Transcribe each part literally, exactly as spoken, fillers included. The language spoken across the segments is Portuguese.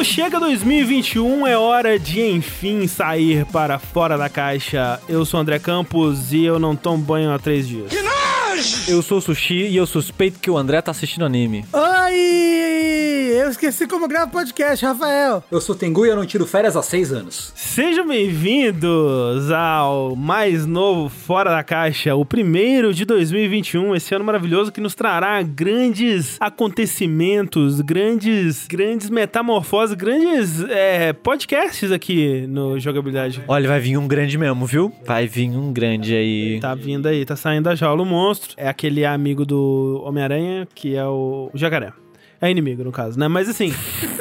Quando chega dois mil e vinte e um, é hora de, enfim, sair para fora da caixa. Eu sou o André Campos e eu não tomo banho há três dias. Que nojo! Eu sou o Sushi e eu suspeito que o André tá assistindo anime. Oi! Eu esqueci como gravo podcast, Rafael. Eu sou o Tengu e eu não tiro férias há seis anos. Sejam bem-vindos ao mais novo Fora da Caixa, o primeiro de dois mil e vinte e um, esse ano maravilhoso que nos trará grandes acontecimentos, grandes, grandes metamorfoses, grandes é, podcasts aqui no Jogabilidade. Olha, vai vir um grande mesmo, viu? Vai vir um grande aí. Tá vindo aí, tá saindo da jaula o monstro. É aquele amigo do Homem-Aranha, que é o jacaré. É inimigo, no caso, né? Mas assim...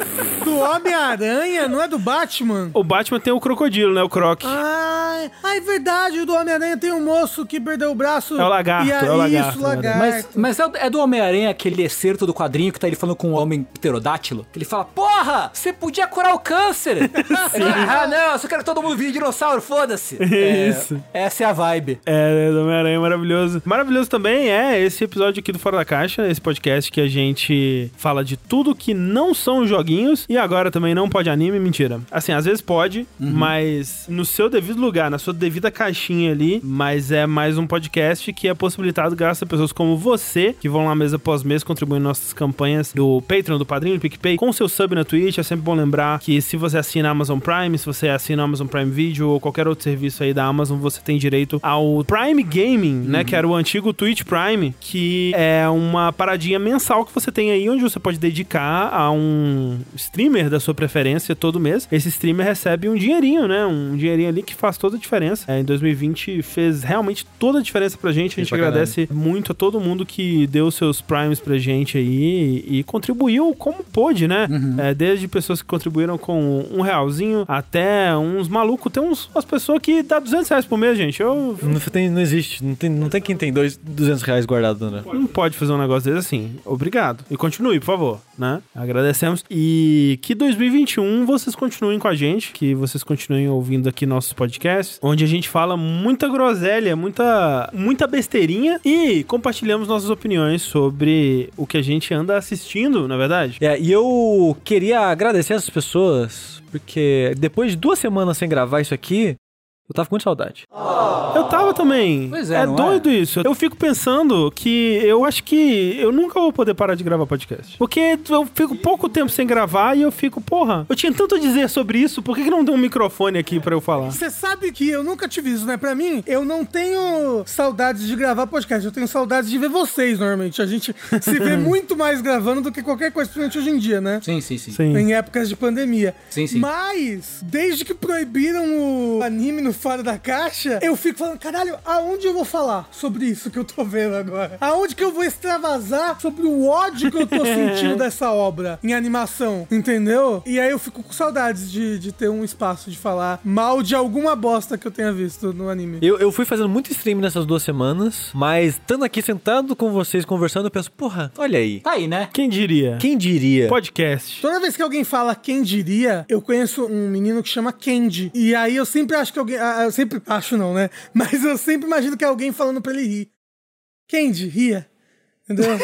Do Homem-Aranha, não é do Batman? O Batman tem o crocodilo, né? O Croc. Ah, ah, é verdade. O do Homem-Aranha tem um moço que perdeu o braço. É o lagarto, e é, é o lagarto. Isso, lagarto. Mas, mas é, é do Homem-Aranha aquele excerto do quadrinho que tá ele falando com o homem pterodátilo? Que ele fala, porra, você podia curar o câncer. Ele, ah, não, eu só quero que todo mundo vire dinossauro, foda-se. É, Isso. Essa é a vibe. É, do Homem-Aranha, maravilhoso. Maravilhoso também é esse episódio aqui do Fora da Caixa, esse podcast que a gente fala de tudo que não são joguinhos e agora também não pode anime, mentira. Assim, às vezes pode, uhum. mas no seu devido lugar, na sua devida caixinha ali, mas é mais um podcast que é possibilitado graças a pessoas como você, que vão lá mês após mês contribuindo nossas campanhas do Patreon, do Padrinho, do PicPay, com seu sub na Twitch. É sempre bom lembrar que se você assina a Amazon Prime, se você assina a Amazon Prime Video ou qualquer outro serviço aí da Amazon, você tem direito ao Prime Gaming, uhum. né, que era o antigo Twitch Prime, que é uma paradinha mensal que você tem aí, onde você pode dedicar a um streamer da sua preferência todo mês. Esse streamer recebe um dinheirinho, né? Um dinheirinho ali que faz toda a diferença. É, em dois mil e vinte fez realmente toda a diferença pra gente. A gente agradece muito a todo mundo que deu seus primes pra gente aí e, e contribuiu como pôde, né? Uhum. É, desde pessoas que contribuíram com um realzinho até uns malucos. Tem uns, umas pessoas que dá duzentos reais por mês, gente. Eu... Não, tem, não existe. Não tem, não tem quem tem dois, duzentos reais guardado, né? Não pode fazer um negócio desse assim. Obrigado. E continue, por favor, né? Agradecemos. E que dois mil e vinte e um vocês continuem com a gente, que vocês continuem ouvindo aqui nossos podcasts, onde a gente fala muita groselha, muita, muita besteirinha e compartilhamos nossas opiniões sobre o que a gente anda assistindo, na verdade. É, e eu queria agradecer essas pessoas, porque depois de duas semanas sem gravar isso aqui, eu tava com muita saudade. Oh. Eu tava também. Pois é, É não doido é? isso. Eu fico pensando que eu acho que eu nunca vou poder parar de gravar podcast. Porque eu fico pouco tempo sem gravar e eu fico, porra, eu tinha tanto a dizer sobre isso, por que, que não tem um microfone aqui pra eu falar? Você sabe que eu nunca tive isso, né? Pra mim, eu não tenho saudades de gravar podcast, eu tenho saudades de ver vocês, normalmente. A gente se vê muito mais gravando do que qualquer coisa, principalmente hoje em dia, né? Sim, sim, sim. Sim. Em épocas de pandemia. Sim, sim. Mas, desde que proibiram o anime no Fora da Caixa, eu fico falando, caralho, aonde eu vou falar sobre isso que eu tô vendo agora? Aonde que eu vou extravasar sobre o ódio que eu tô sentindo dessa obra em animação, entendeu? E aí eu fico com saudades de, de ter um espaço de falar mal de alguma bosta que eu tenha visto no anime. Eu, eu fui fazendo muito stream nessas duas semanas, mas estando aqui sentado com vocês, conversando, eu penso, porra, olha aí. Tá aí, né? Quem diria? Quem diria? Podcast. Toda vez que alguém fala quem diria, eu conheço um menino que chama Kendi. E aí eu sempre acho que alguém... Eu sempre acho não, né? Mas eu sempre imagino que é alguém falando pra ele rir. Kendi, ria. Entendeu?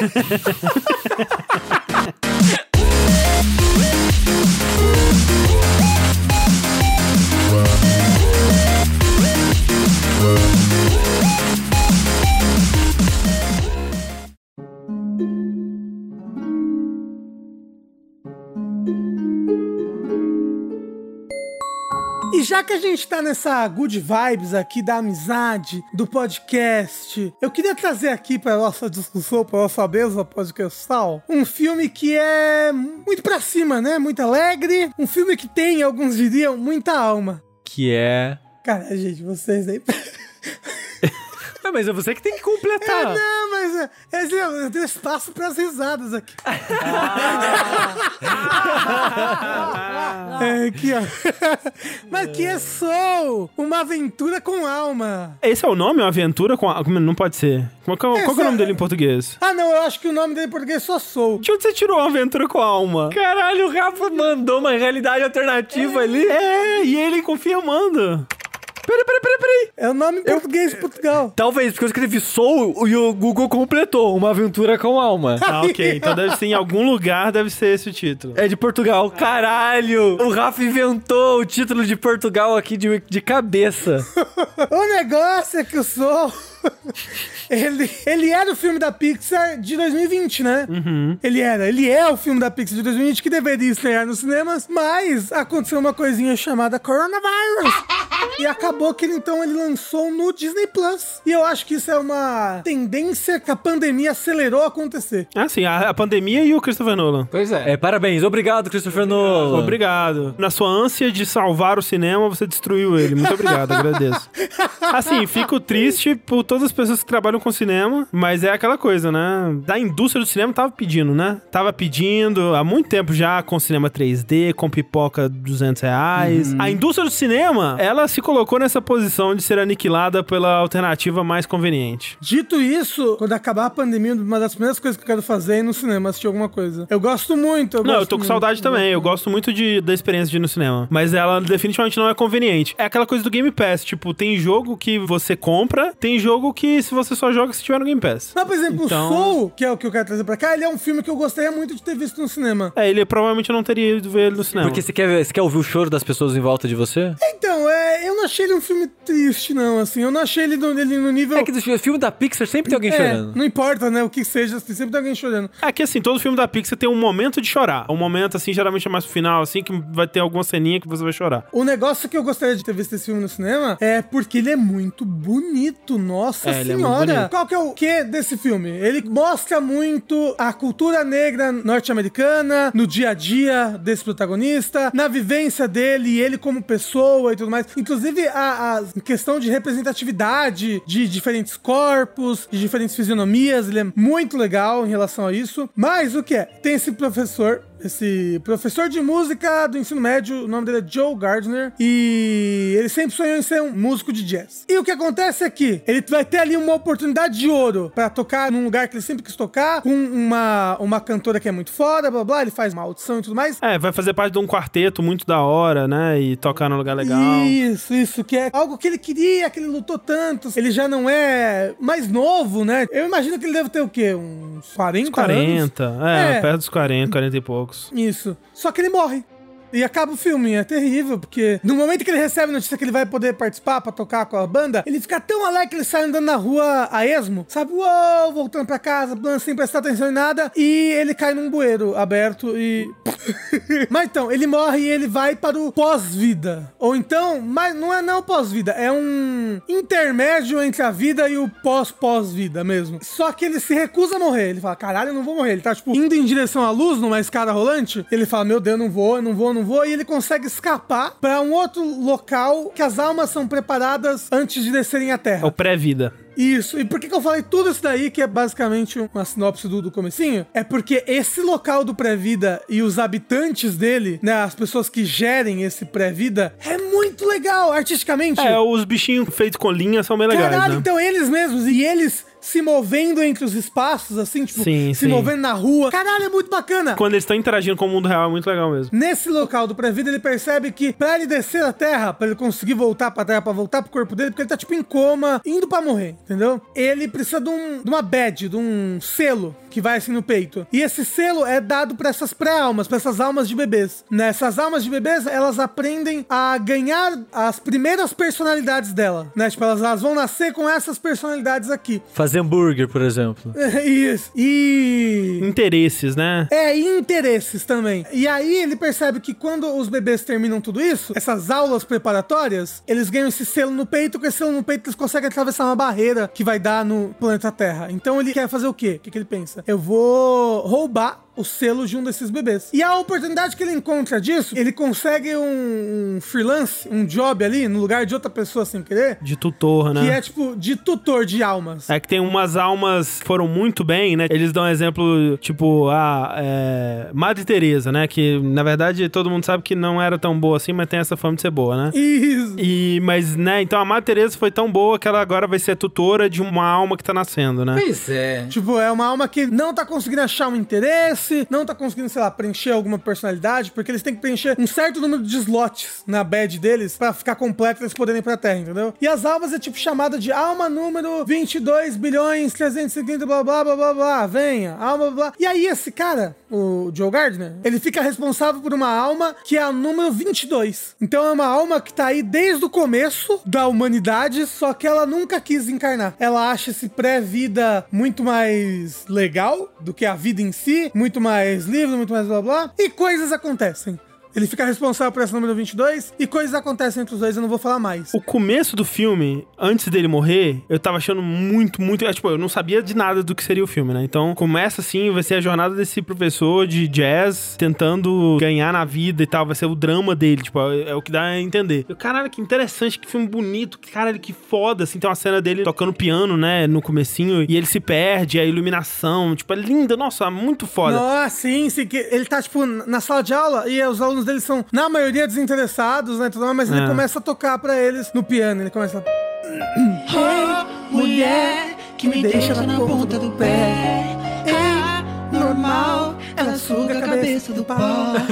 E já que a gente tá nessa good vibes aqui da amizade, do podcast, eu queria trazer aqui pra nossa discussão, pra nossa mesa podcastal, um filme que é muito pra cima, né? Muito alegre. Um filme que tem, alguns diriam, muita alma. Que é... Cara, gente, vocês aí... É, mas é você que tem que completar. É, não, mas é, é, eu tenho espaço pras risadas aqui. É, aqui, ó. Mas que é Soul, uma aventura com alma. Esse é o nome? Uma aventura com alma? Não pode ser. Qual, qual, qual que é o nome dele em português? Ah, não, eu acho que o nome dele em português é só Soul. De onde você tirou uma aventura com alma? Caralho, o Rafa mandou uma realidade alternativa é, ali. É, e ele confirmando. Peraí, peraí, peraí, peraí. É o nome em português de Portugal. Talvez, porque eu escrevi Soul e o Google completou. Uma aventura com alma. Ah, ok. Então deve ser em algum lugar, deve ser esse o título. É de Portugal. Caralho! O Rafa inventou o título de Portugal aqui de, de cabeça. O negócio é que o Soul... ele, ele era o filme da Pixar de dois mil e vinte, né? Uhum. Ele era. Ele é o filme da Pixar de dois mil e vinte que deveria estrear nos cinemas, mas aconteceu uma coisinha chamada Coronavirus. E acabou que ele, então, ele lançou no Disney Plus. E eu acho que isso é uma tendência que a pandemia acelerou a acontecer. Ah, sim. A, a pandemia e o Christopher Nolan. Pois é. É, parabéns. Obrigado, Christopher Nolan. Obrigado. Na sua ânsia de salvar o cinema, você destruiu ele. Muito obrigado, agradeço. Assim, fico triste por todas as pessoas que trabalham com cinema, mas é aquela coisa, né? Da indústria do cinema tava pedindo, né? Tava pedindo há muito tempo já com cinema três D, com pipoca duzentos reais. Uhum. A indústria do cinema, ela se colocou nessa posição de ser aniquilada pela alternativa mais conveniente. Dito isso, quando acabar a pandemia, uma das primeiras coisas que eu quero fazer é ir no cinema, assistir alguma coisa. Eu gosto muito. Eu não, gosto eu tô com muito. saudade também. Eu gosto muito de, da experiência de ir no cinema. Mas ela definitivamente não é conveniente. É aquela coisa do Game Pass. Tipo, tem jogo que você compra, tem jogo que se você só joga se tiver no Game Pass. Não, por exemplo, Então... o Soul, que é o que eu quero trazer pra cá, ele é um filme que eu gostaria muito de ter visto no cinema. É, ele provavelmente não teria ido ver ele no cinema. Porque você quer, você quer ouvir o choro das pessoas em volta de você? Então, é, eu não achei ele um filme triste, não, assim. Eu não achei ele no, ele no nível... É que o filme da Pixar sempre tem alguém é, chorando. Não importa, né, o que seja, sempre tem alguém chorando. É que assim, todo filme da Pixar tem um momento de chorar. Um momento, assim, geralmente é mais pro final, assim, que vai ter alguma ceninha que você vai chorar. O negócio que eu gostaria de ter visto esse filme no cinema é porque ele é muito bonito, nossa É, ele é muito senhora. bonito. Qual que é o que desse filme? Ele mostra muito a cultura negra norte-americana no dia a dia desse protagonista, na vivência dele e ele como pessoa e tudo mais. Inclusive, a, a questão de representatividade de diferentes corpos, de diferentes fisionomias, ele é muito legal em relação a isso. Mas o que é? Tem esse professor... Esse professor de música do ensino médio, o nome dele é Joe Gardner, e ele sempre sonhou em ser um músico de jazz. E o que acontece é que ele vai ter ali uma oportunidade de ouro pra tocar num lugar que ele sempre quis tocar, com uma, uma cantora que é muito foda, blá blá, ele faz uma audição e tudo mais. É, vai fazer parte de um quarteto muito da hora, né, e tocar num lugar legal. Isso, isso, que é algo que ele queria, que ele lutou tanto. Ele já não é mais novo, né? Eu imagino que ele deve ter o quê? Uns quarenta, quarenta, anos? é, É. perto dos quarenta, quarenta e poucos. Isso. Só que ele morre. E acaba o filme, é terrível, porque no momento que ele recebe a notícia que ele vai poder participar pra tocar com a banda, ele fica tão alegre que ele sai andando na rua a esmo, sabe? Uou, voltando pra casa, sem prestar atenção em nada, e ele cai num bueiro aberto e... Mas então, ele morre e ele vai para o pós-vida. Ou então, mas não é não pós-vida, é um intermédio entre a vida e o pós-pós-vida mesmo. Só que ele se recusa a morrer. Ele fala, caralho, eu não vou morrer. Ele tá, tipo, indo em direção à luz numa escada rolante. Ele fala, meu Deus, não vou, não vou, não vou. E ele consegue escapar pra um outro local que as almas são preparadas antes de descerem à É Terra. o pré-vida. Isso. E por que que eu falei tudo isso daí, que é basicamente uma sinopse do, do comecinho? É porque esse local do pré-vida e os habitantes dele, né, as pessoas que gerem esse pré-vida, é muito legal, artisticamente. É, os bichinhos feitos com linha são bem legais, Caralho, né? então eles mesmos, e eles se movendo entre os espaços, assim, tipo, Sim, se sim. movendo na rua. Caralho, é muito bacana. Quando eles estão interagindo com o mundo real, é muito legal mesmo. Nesse local do pré-vida, ele percebe que pra ele descer a terra, pra ele conseguir voltar pra terra, pra voltar pro corpo dele, porque ele tá, tipo, em coma, indo pra morrer, entendeu? Ele precisa de, um, de uma badge, de um selo que vai assim no peito. E esse selo é dado pra essas pré-almas, pra essas almas de bebês. Nessas almas de bebês, elas aprendem a ganhar as primeiras personalidades dela, né? Tipo, elas, elas vão nascer com essas personalidades aqui. Fazer hambúrguer, por exemplo. Isso. E... Interesses, né? É, e interesses também. E aí ele percebe que quando os bebês terminam tudo isso, essas aulas preparatórias, eles ganham esse selo no peito, com esse selo no peito eles conseguem atravessar uma barreira que vai dar no planeta Terra. Então ele quer fazer o quê? O que, que ele pensa? Eu vou roubar o selo de um desses bebês. E a oportunidade que ele encontra disso, ele consegue um, um freelance, um job ali, no lugar de outra pessoa sem querer, De tutor, né? que é tipo de tutor de almas. É que tem umas almas que foram muito bem, né? Eles dão um exemplo, tipo, a é, Madre Teresa, né? Que, na verdade, todo mundo sabe que não era tão boa assim, mas tem essa fama de ser boa, né? Isso. E, mas, né? Então a Madre Teresa foi tão boa que ela agora vai ser tutora de uma alma que tá nascendo, né? Pois é. Tipo, é uma alma que não tá conseguindo achar um interesse, Fox não tá conseguindo, sei lá, preencher alguma personalidade, porque eles têm que preencher um certo número de slots na badge deles pra ficar completo e eles poderem ir pra Terra, entendeu? E as almas é tipo chamada de alma número vinte e dois bilhões trezentos e cinquenta blá blá blá blá blá, venha, alma blá blá. E aí esse cara, o Joe Gardner, ele fica responsável por uma alma que é a número vinte e dois. Então é uma alma que tá aí desde o começo da humanidade, só que ela nunca quis encarnar. Ela acha esse pré-vida muito mais legal do que a vida em si, muito mais livre, muito mais blá blá, e coisas acontecem. Ele fica responsável por essa número vinte e dois e coisas acontecem entre os dois, eu não vou falar mais. O começo do filme, antes dele morrer, eu tava achando muito, muito... Tipo, eu não sabia de nada do que seria o filme, né? Então, começa assim, vai ser a jornada desse professor de jazz tentando ganhar na vida e tal, vai ser o drama dele, tipo, é, é o que dá a entender. Eu, caralho, que interessante, que filme bonito, caralho, que foda, assim, tem uma cena dele tocando piano, né, no comecinho, e ele se perde, a iluminação, tipo, é linda, nossa, muito foda. Nossa, sim, sim, que ele tá, tipo, na sala de aula e os alunos deles são, na maioria, desinteressados, né, tudo mais, mas é. ele começa a tocar pra eles no piano, ele começa a... Hey, mulher, que me deixa na ponta do pé, é normal, ela suga a cabeça do pau.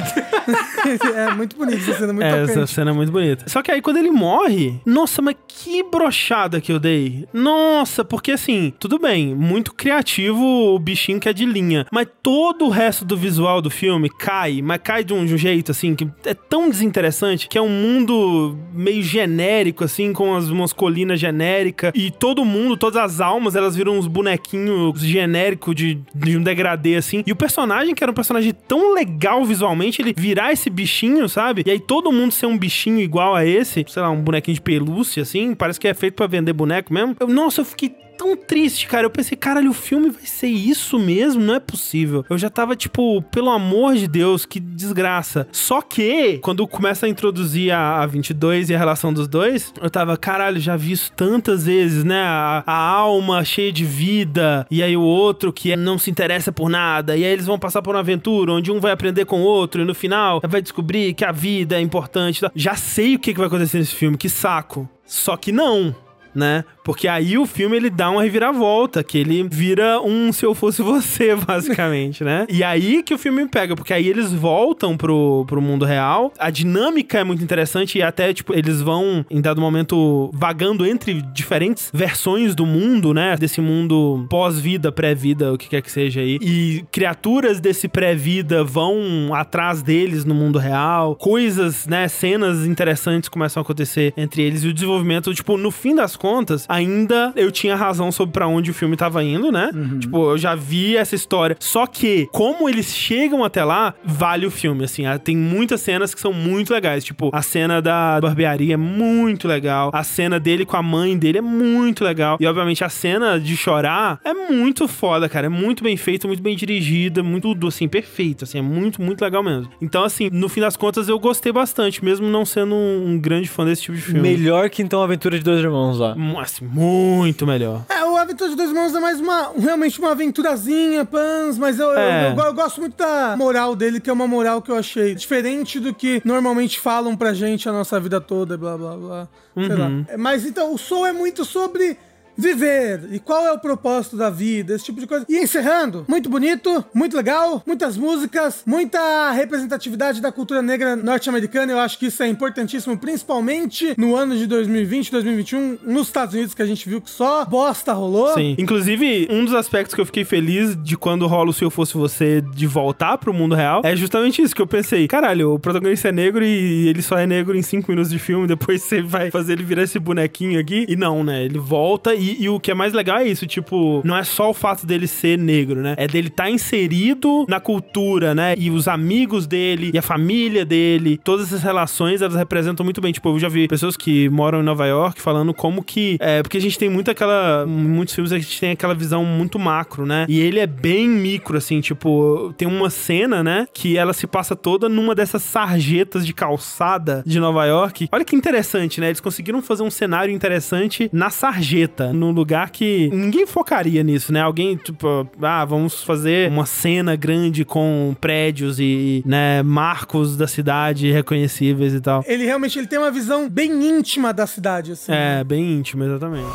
É muito bonito essa cena, muito é, tocante. Essa cena é muito bonita. Só que aí quando ele morre, nossa, mas que brochada que eu dei. Nossa, porque assim, tudo bem, muito criativo o bichinho que é de linha, mas todo o resto do visual do filme cai, mas cai de um jeito assim, que é tão desinteressante, que é um mundo meio genérico assim, com as, umas colinas genéricas, e todo mundo, todas as almas, elas viram uns bonequinhos genéricos de, de um degradê assim, e o personagem, que era um personagem tão legal visualmente, ele virar esse bichinho, sabe? E aí todo mundo ser um bichinho igual a esse, sei lá, um bonequinho de pelúcia, assim, parece que é feito pra vender boneco mesmo. Eu, nossa, eu fiquei tão triste, cara. Eu pensei, caralho, o filme vai ser isso mesmo? Não é possível. Eu já tava, tipo, pelo amor de Deus, que desgraça. Só que, quando começa a introduzir a, a vinte e dois e a relação dos dois, eu tava, caralho, já vi isso tantas vezes, né? A, a alma cheia de vida, e aí o outro que não se interessa por nada, e aí eles vão passar por uma aventura onde um vai aprender com o outro, e no final vai descobrir que a vida é importante. Já sei o que, que vai acontecer nesse filme, que saco. Só que não, né? Porque aí o filme, ele dá uma reviravolta, que ele vira um Se Eu Fosse Você, basicamente, né? E aí que o filme pega, porque aí eles voltam pro, pro mundo real, a dinâmica é muito interessante, e até, tipo, eles vão, em dado momento, vagando entre diferentes versões do mundo, né? Desse mundo pós-vida, pré-vida, o que quer que seja aí. E criaturas desse pré-vida vão atrás deles no mundo real, coisas, né? Cenas interessantes começam a acontecer entre eles, e o desenvolvimento, tipo, no fim das contas, ainda eu tinha razão sobre pra onde o filme tava indo, né? Uhum. Tipo, eu já vi essa história. Só que, como eles chegam até lá, vale o filme, assim. Tem muitas cenas que são muito legais. Tipo, a cena da barbearia é muito legal. A cena dele com a mãe dele é muito legal. E, obviamente, a cena de chorar é muito foda, cara. É muito bem feita, muito bem dirigida, muito, tudo, assim, perfeito, assim. É muito, muito legal mesmo. Então, assim, no fim das contas, eu gostei bastante, mesmo não sendo um, um grande fã desse tipo de filme. Melhor que, então, a Aventura de Dois Irmãos lá. Assim, muito melhor. É, o Aventura de Dois Irmãos é mais uma, realmente uma aventurazinha, pans, mas eu, é. eu, eu, eu gosto muito da moral dele, que é uma moral que eu achei diferente do que normalmente falam pra gente a nossa vida toda, blá, blá, blá. Sei Uhum. lá. Mas, então, o Soul é muito sobre viver, e qual é o propósito da vida, esse tipo de coisa. E encerrando, muito bonito, muito legal, muitas músicas, muita representatividade da cultura negra norte-americana. Eu acho que isso é importantíssimo, principalmente no ano de dois mil e vinte, dois mil e vinte e um, nos Estados Unidos, que a gente viu que só bosta rolou. Sim. Inclusive, um dos aspectos que eu fiquei feliz de quando rola o Se Eu Fosse Você de voltar pro mundo real é justamente isso, que eu pensei, caralho, o protagonista é negro e ele só é negro em cinco minutos de filme, depois você vai fazer ele virar esse bonequinho aqui. E não, né? Ele volta e E, e o que é mais legal é isso, tipo, não é só o fato dele ser negro, né? É dele estar tá inserido na cultura, né? E os amigos dele, e a família dele, todas essas relações, elas representam muito bem. Tipo, eu já vi pessoas que moram em Nova York falando como que... É, porque a gente tem muito aquela... Muitos filmes a gente tem aquela visão muito macro, né? E ele é bem micro, assim, tipo... Tem uma cena, né? Que ela se passa toda numa dessas sarjetas de calçada de Nova York. Olha que interessante, né? Eles conseguiram fazer um cenário interessante na sarjeta, num lugar que ninguém focaria nisso, né? Alguém, tipo, ah, vamos fazer uma cena grande com prédios e, né, marcos da cidade reconhecíveis e tal. Ele realmente ele tem uma visão bem íntima da cidade, assim. É, bem íntima, exatamente.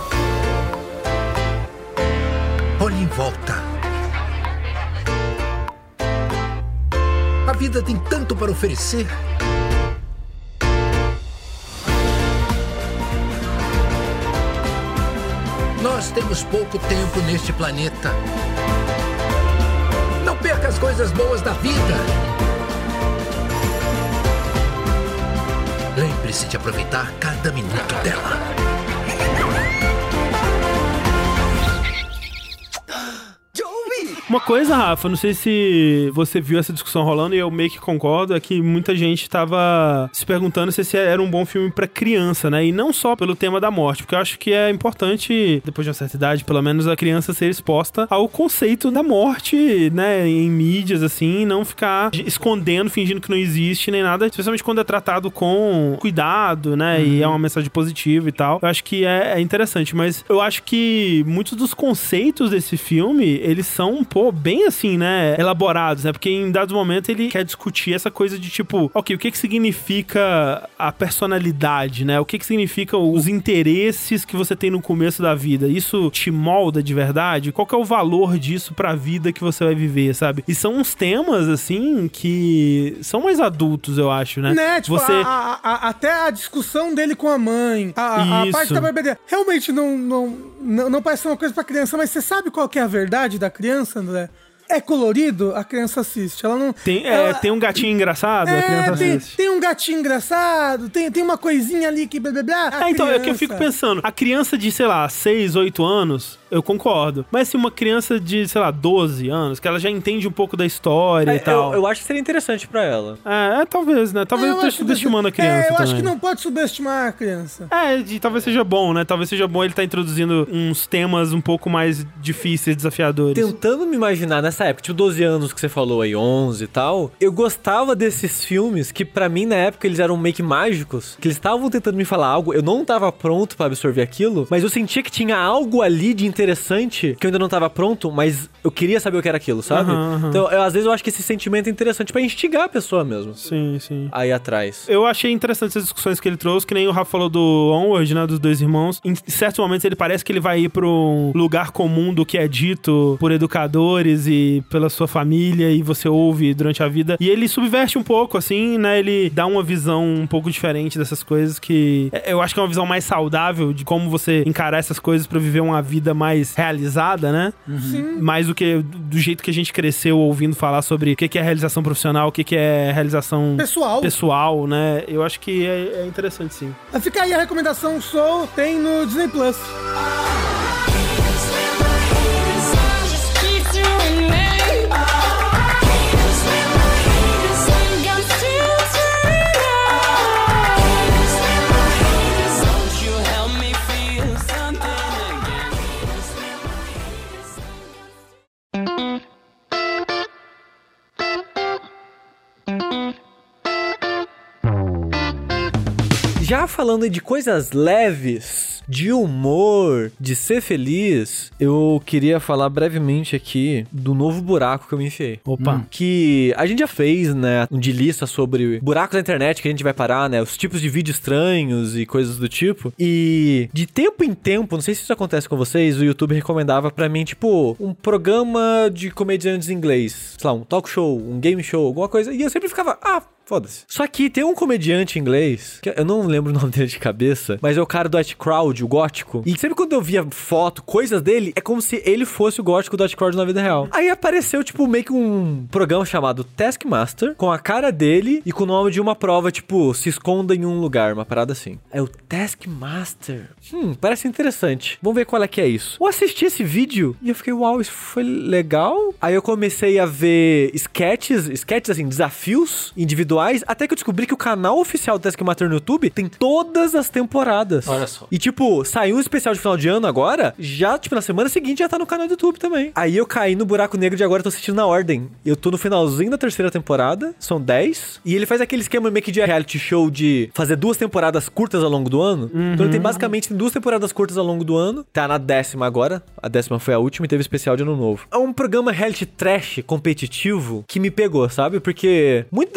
Olhe em volta. vida tem tanto para oferecer. Nós temos pouco tempo neste planeta. Não perca as coisas boas da vida. Lembre-se de aproveitar cada minuto dela. Uma coisa, Rafa, não sei se você viu essa discussão rolando e eu meio que concordo, é que muita gente tava se perguntando se esse era um bom filme pra criança, né? E não só pelo tema da morte, porque eu acho que é importante, depois de uma certa idade, pelo menos a criança ser exposta ao conceito da morte, né? Em mídias, assim, não ficar escondendo, fingindo que não existe nem nada, especialmente quando é tratado com cuidado, né? Uhum. E é uma mensagem positiva e tal. Eu acho que é, é interessante, mas eu acho que muitos dos conceitos desse filme, eles são um pouco bem assim, né, elaborados, né, porque em dados momentos ele quer discutir essa coisa de tipo, ok, o que que significa a personalidade, né, o que que significa os interesses que você tem no começo da vida, isso te molda de verdade? Qual que é o valor disso pra vida que você vai viver, sabe? E são uns temas, assim, que são mais adultos, eu acho, né? Né, tipo, você... a, a, a, até a discussão dele com a mãe, a, a parte da bebedeira, realmente não, não, não, não parece uma coisa pra criança, mas você sabe qual que é a verdade da criança, André? É colorido, a criança assiste. Ela não. Tem, ela, é, tem um gatinho engraçado, é, a criança tem, assiste. Tem um gatinho engraçado, tem, tem uma coisinha ali que blá blá blá. É, então, criança... é que eu fico pensando, a criança de, sei lá, seis, oito anos, eu concordo. Mas se uma criança de, sei lá, doze anos, que ela já entende um pouco da história é, e tal. Eu, eu acho que seria interessante pra ela. É, é talvez, né? Talvez é, eu, eu esteja subestimando a criança. É, eu também. acho que não pode subestimar a criança. É, e talvez seja bom, né? Talvez seja bom ele estar tá introduzindo uns temas um pouco mais difíceis, desafiadores. Tentando me imaginar nessa época, tipo doze anos que você falou aí, onze e tal, eu gostava desses filmes que pra mim na época eles eram meio que mágicos, que eles estavam tentando me falar algo, eu não tava pronto pra absorver aquilo, mas eu sentia que tinha algo ali de interessante que eu ainda não tava pronto, mas eu queria saber o que era aquilo, sabe? Uhum, uhum. Então, eu, às vezes eu acho que esse sentimento é interessante pra instigar a pessoa mesmo. Sim, sim. Aí atrás. Eu achei interessante essas discussões que ele trouxe, que nem o Rafa falou do Onward, né, dos dois irmãos. Em certos momentos ele parece que ele vai ir pra um lugar comum do que é dito por educadores e pela sua família, e você ouve durante a vida, e ele subverte um pouco, assim, né, ele dá uma visão um pouco diferente dessas coisas, que eu acho que é uma visão mais saudável de como você encarar essas coisas pra viver uma vida mais realizada, né? Uhum. Mais do que do jeito que a gente cresceu ouvindo falar sobre o que é realização profissional, o que é realização pessoal, pessoal, né? Eu acho que é, é interessante, sim. Fica aí a recomendação, Soul, tem no Disney Plus. Já falando de coisas leves, de humor, de ser feliz, eu queria falar brevemente aqui do novo buraco que eu me enfiei. Opa. Hum. Que a gente já fez, né, um de lista sobre buracos da internet que a gente vai parar, né, os tipos de vídeos estranhos e coisas do tipo. E de tempo em tempo, não sei se isso acontece com vocês, o YouTube recomendava pra mim, tipo, um programa de comediantes em inglês. Sei lá, um talk show, um game show, alguma coisa. E eu sempre ficava, ah... foda-se. Só que tem um comediante inglês, que eu não lembro o nome dele de cabeça, mas é o cara do At Crowd, o gótico. E sempre quando eu via foto, coisas dele, é como se ele fosse o gótico do At Crowd na vida real. Aí apareceu, tipo, meio que um programa chamado Taskmaster, com a cara dele e com o nome de uma prova, tipo, se esconda em um lugar, uma parada assim. É o Taskmaster. Hum, parece interessante. Vamos ver qual é que é isso. Eu assisti esse vídeo e eu fiquei, uau, isso foi legal. Aí eu comecei a ver sketches, sketches assim, desafios individuais, até que eu descobri que o canal oficial do Taskmaster no YouTube tem todas as temporadas. Olha só. E tipo, saiu um especial de final de ano agora, já, tipo, na semana seguinte já tá no canal do YouTube também. Aí eu caí no buraco negro de agora, tô assistindo na ordem. Eu tô no finalzinho da terceira temporada, são dez, e ele faz aquele esquema meio que de reality show de fazer duas temporadas curtas ao longo do ano. Uhum. Então ele tem basicamente tem duas temporadas curtas ao longo do ano, tá na décima agora, a décima foi a última e teve especial de ano novo. É um programa reality trash competitivo que me pegou, sabe? Porque muito desses reality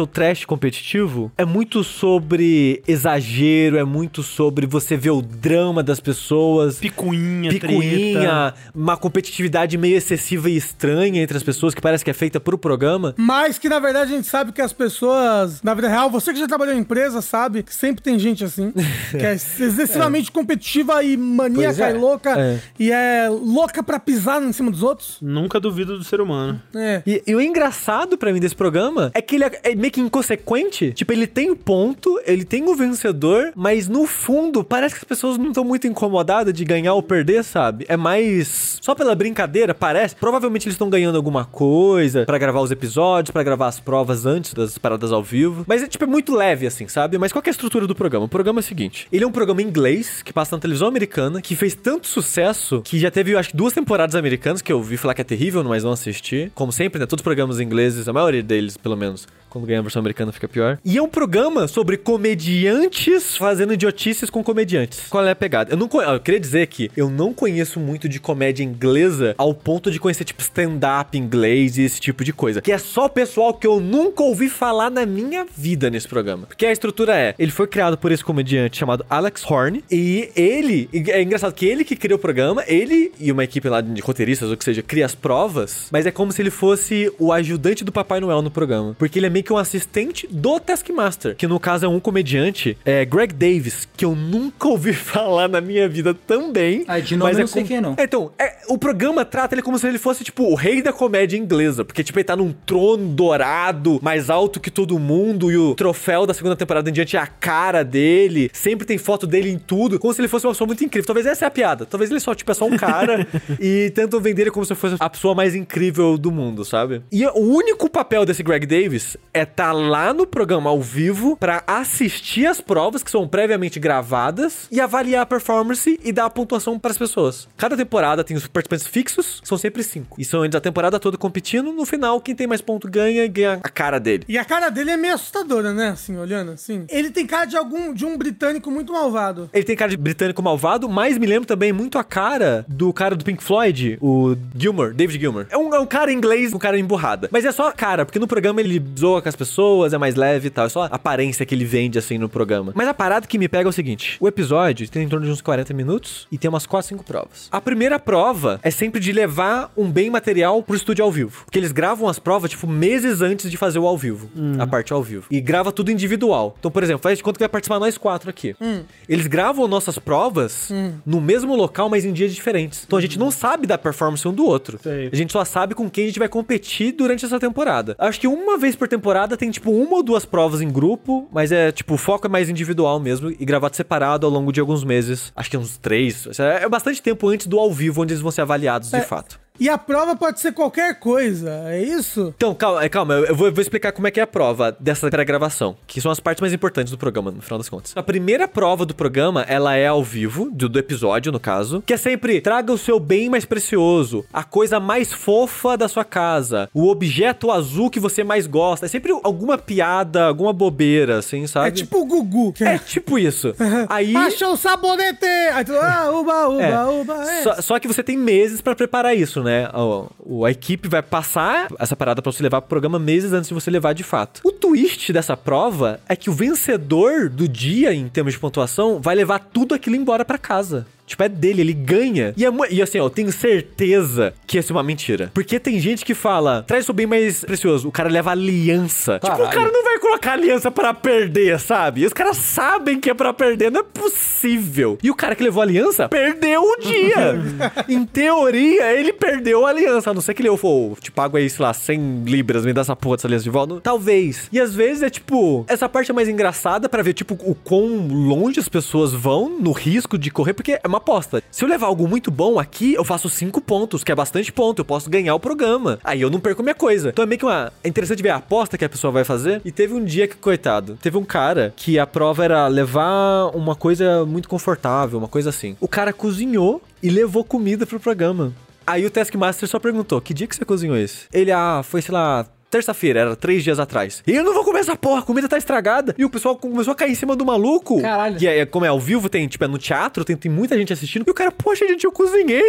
show trash competitivo, é muito sobre exagero, é muito sobre você ver o drama das pessoas. Picuinha, Picuinha, treta. uma competitividade meio excessiva e estranha entre as pessoas, que parece que é feita pro programa. Mas que, na verdade, a gente sabe que as pessoas, na vida real, você que já trabalhou em empresa, sabe que sempre tem gente assim, que é excessivamente é. competitiva e maníaca é. e louca, é. e é louca pra pisar em cima dos outros. Nunca duvido do ser humano. É. E, e o engraçado pra mim desse programa é que ele é, é meio que inconsequente. Tipo, ele tem o ponto, ele tem o vencedor, mas no fundo, parece que as pessoas não estão muito incomodadas de ganhar ou perder, sabe? É mais só pela brincadeira, parece. Provavelmente eles estão ganhando alguma coisa pra gravar os episódios, pra gravar as provas antes das paradas ao vivo. Mas é, tipo, é muito leve, assim, sabe? Mas qual que é a estrutura do programa? O programa é o seguinte. Ele é um programa em inglês, que passa na televisão americana, que fez tanto sucesso, que já teve, acho que, duas temporadas americanas, que eu ouvi falar que é terrível, mas não assisti. Como sempre, né? Todos os programas ingleses, a maioria deles, pelo menos, quando ganha a versão americana fica pior. E é um programa sobre comediantes fazendo idiotices com comediantes. Qual é a pegada? Eu, não, eu queria dizer que eu não conheço muito de comédia inglesa ao ponto de conhecer, tipo, stand-up inglês e esse tipo de coisa. Que é só o pessoal que eu nunca ouvi falar na minha vida nesse programa. Porque a estrutura é, ele foi criado por esse comediante chamado Alex Horne, e ele, é engraçado que ele que criou o programa, ele e uma equipe lá de roteiristas, ou que seja, cria as provas, mas é como se ele fosse o ajudante do Papai Noel no programa. Porque ele é meio que um assistente do Taskmaster, que no caso é um comediante, é Greg Davis, que eu nunca ouvi falar na minha vida também. Ah, de nome mas eu é não sei com... quem é, não. É, então, é, o programa trata ele como se ele fosse, tipo, o rei da comédia inglesa, porque, tipo, ele tá num trono dourado, mais alto que todo mundo, e o troféu da segunda temporada em diante é a cara dele, sempre tem foto dele em tudo, como se ele fosse uma pessoa muito incrível. Talvez essa é a piada, talvez ele só, tipo, é só um cara e tentam vender ele como se fosse a pessoa mais incrível do mundo, sabe? E o único papel desse Greg Davis é tá lá no programa ao vivo pra assistir as provas que são previamente gravadas e avaliar a performance e dar a pontuação pras pessoas. Cada temporada tem os participantes fixos, são sempre cinco. E são eles a temporada toda competindo, no final quem tem mais ponto ganha e ganha a cara dele. E a cara dele é meio assustadora, né? Assim, olhando assim. Ele tem cara de algum de um britânico muito malvado. Ele tem cara de britânico malvado, mas me lembro também muito a cara do cara do Pink Floyd, o Gilmour, David Gilmour. É um, é um cara inglês, um cara emburrada. Mas é só a cara, porque no programa ele zoa com as pessoas, é mais leve e tal. É só a aparência que ele vende, assim, no programa. Mas a parada que me pega é o seguinte. O episódio tem em torno de uns quarenta minutos e tem umas quatro, cinco provas. A primeira prova é sempre de levar um bem material pro estúdio ao vivo. Porque eles gravam as provas, tipo, meses antes de fazer o ao vivo. Hum. A parte ao vivo. E grava tudo individual. Então, por exemplo, faz de conta que vai participar nós quatro aqui. Hum. Eles gravam nossas provas hum. no mesmo local, mas em dias diferentes. Então a gente não sabe da performance um do outro. Sei. A gente só sabe com quem a gente vai competir durante essa temporada. Acho que uma vez por temporada tem, tipo, uma ou duas provas em grupo, mas é, tipo, o foco é mais individual mesmo e gravado separado ao longo de alguns meses. Acho que uns três. É bastante tempo antes do ao vivo, onde eles vão ser avaliados é. de fato. E a prova pode ser qualquer coisa, é isso? Então, calma, calma eu vou, eu vou explicar como é que é a prova dessa pré-gravação, que são as partes mais importantes do programa, no final das contas. A primeira prova do programa, ela é ao vivo, do, do episódio, no caso, que é sempre, traga o seu bem mais precioso, a coisa mais fofa da sua casa, o objeto azul que você mais gosta. É sempre alguma piada, alguma bobeira, assim, sabe? É tipo o Gugu. É, é tipo isso. Aí... Achou o sabonete! Aí tu, ah, uba, uba, é. uba. É. Só, só que você tem meses pra preparar isso, né? A, a equipe vai passar essa parada pra você levar pro programa meses antes de você levar de fato. O twist dessa prova é que o vencedor do dia, em termos de pontuação, vai levar tudo aquilo embora pra casa. Tipo, é dele, ele ganha. E, é, e assim, ó, eu tenho certeza que essa é uma mentira. Porque tem gente que fala, traz o bem mais precioso. O cara leva aliança. Caralho. Tipo, o cara não vai colocar aliança pra perder, sabe? E os caras sabem que é pra perder, não é possível. E o cara que levou a aliança, perdeu o dia. Em teoria, ele perdeu a aliança. A não ser que ele for, te pago aí, sei lá, cem libras, me dá essa porra dessa aliança de volta. Talvez. E às vezes é tipo, essa parte é mais engraçada pra ver, tipo, o quão longe as pessoas vão no risco de correr, porque é uma aposta. Se eu levar algo muito bom aqui, eu faço cinco pontos, que é bastante ponto. Eu posso ganhar o programa. Aí eu não perco minha coisa. Então é meio que uma... É interessante ver a aposta que a pessoa vai fazer. E teve um dia que, coitado, teve um cara que a prova era levar uma coisa muito confortável, uma coisa assim. O cara cozinhou e levou comida pro programa. Aí o Taskmaster só perguntou, que dia que você cozinhou isso? Ele, ah, foi, sei lá... terça-feira, era três dias atrás. E eu não vou comer essa porra, a comida tá estragada. E o pessoal começou a cair em cima do maluco. Caralho. E é, como é ao vivo, tem, tipo, é no teatro, tem, tem muita gente assistindo. E o cara, poxa, gente, eu cozinhei.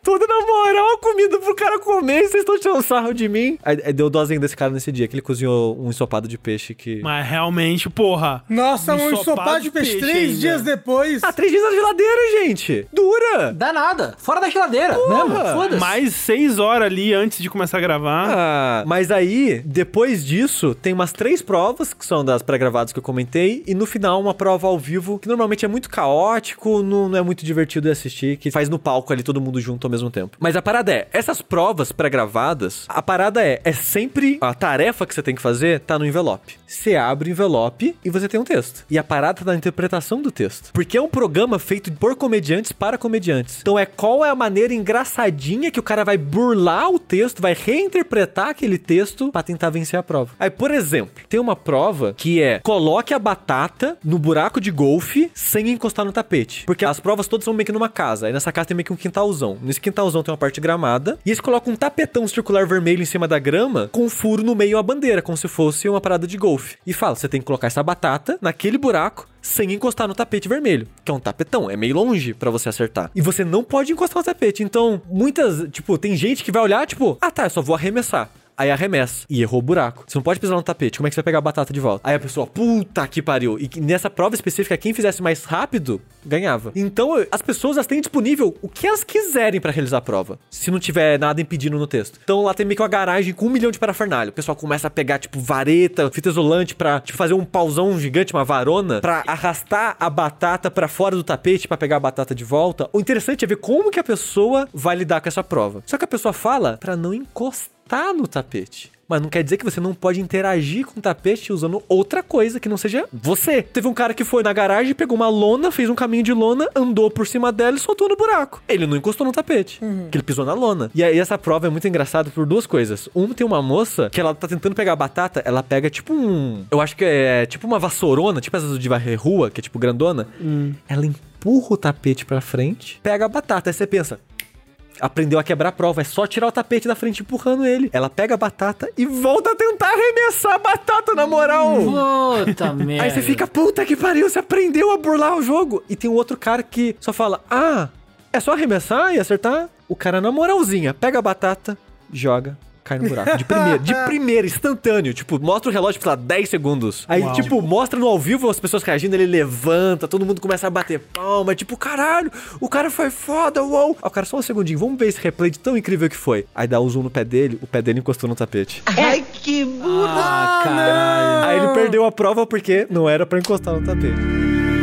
toda, na moral, comida pro cara comer e vocês estão tirando sarro de mim. Aí, aí deu dozinho desse cara nesse dia, que ele cozinhou um ensopado de peixe que... Mas realmente, porra. Nossa, um ensopado de peixe três ainda. dias depois. Ah, três dias na geladeira, gente. Dura. Dá nada. Fora da geladeira. Mesmo. Foda-se. Mais seis horas ali antes de começar a gravar. Ah, mas aí, depois disso, tem umas três provas, que são das pré-gravadas que eu comentei, e no final uma prova ao vivo, que normalmente é muito caótico, não, não é muito divertido de assistir, que faz no palco ali todo mundo junto ao mesmo tempo. Mas a parada é, essas provas pré-gravadas, a parada é, é sempre a tarefa que você tem que fazer tá no envelope. Você abre o envelope e você tem um texto. E a parada tá na interpretação do texto. Porque é um programa feito por comediantes para comediantes. Então é qual é a maneira engraçadinha que o cara vai burlar o texto, vai reinterpretar aquele texto pra tentar vencer a prova. Aí, por exemplo, tem uma prova que é coloque a batata no buraco de golfe sem encostar no tapete. Porque as provas todas são meio que numa casa. Aí nessa casa tem meio que um quintalzão. Nesse quintalzão tem uma parte gramada. E eles colocam um tapetão circular vermelho em cima da grama com um furo no meio a bandeira, como se fosse uma parada de golfe. E fala, você tem que colocar essa batata naquele buraco sem encostar no tapete vermelho, que é um tapetão, é meio longe pra você acertar. E você não pode encostar no tapete. Então, muitas, tipo, tem gente que vai olhar, tipo, ah tá, eu só vou arremessar. Aí arremessa. E errou o buraco. Você não pode pisar no tapete. Como é que você vai pegar a batata de volta? Aí a pessoa, puta que pariu. E nessa prova específica, quem fizesse mais rápido, ganhava. Então, as pessoas, elas têm disponível o que elas quiserem pra realizar a prova. Se não tiver nada impedindo no texto. Então, lá tem meio que uma garagem com um milhão de parafernália. O pessoal começa a pegar, tipo, vareta, fita isolante pra, tipo, fazer um pauzão gigante, uma varona, pra arrastar a batata pra fora do tapete pra pegar a batata de volta. O interessante é ver como que a pessoa vai lidar com essa prova. Só que a pessoa fala pra não encostar tá no tapete. Mas não quer dizer que você não pode interagir com o tapete usando outra coisa que não seja você. Teve um cara que foi na garagem, pegou uma lona, fez um caminho de lona, andou por cima dela e soltou no buraco. Ele não encostou no tapete, uhum. que ele pisou na lona. E aí essa prova é muito engraçada por duas coisas. Um, tem uma moça que ela tá tentando pegar a batata, ela pega tipo um... Eu acho que é tipo uma vassourona, tipo essas de varrer rua, que é tipo grandona. Hum. Ela empurra o tapete pra frente, pega a batata. Aí você pensa... Aprendeu a quebrar a prova, é só tirar o tapete da frente empurrando ele. Ela pega a batata e volta a tentar arremessar a batata, na moral. Puta merda. Aí você fica, puta que pariu, você aprendeu a burlar o jogo. E tem um outro cara que só fala, ah, é só arremessar e acertar? O cara, na moralzinha, pega a batata, joga, cai no buraco. De primeira, de primeira, instantâneo. Tipo, mostra o relógio, sei lá, dez segundos. Aí, Uau. tipo, mostra no ao vivo as pessoas reagindo, ele levanta, todo mundo começa a bater palma. Tipo, caralho, o cara foi foda, uou. Aí o cara, só um segundinho, vamos ver esse replay de tão incrível que foi. Aí dá o zoom no pé dele, o pé dele encostou no tapete. Ai, que burro! Ah, caralho. Aí ele perdeu a prova porque não era pra encostar no tapete.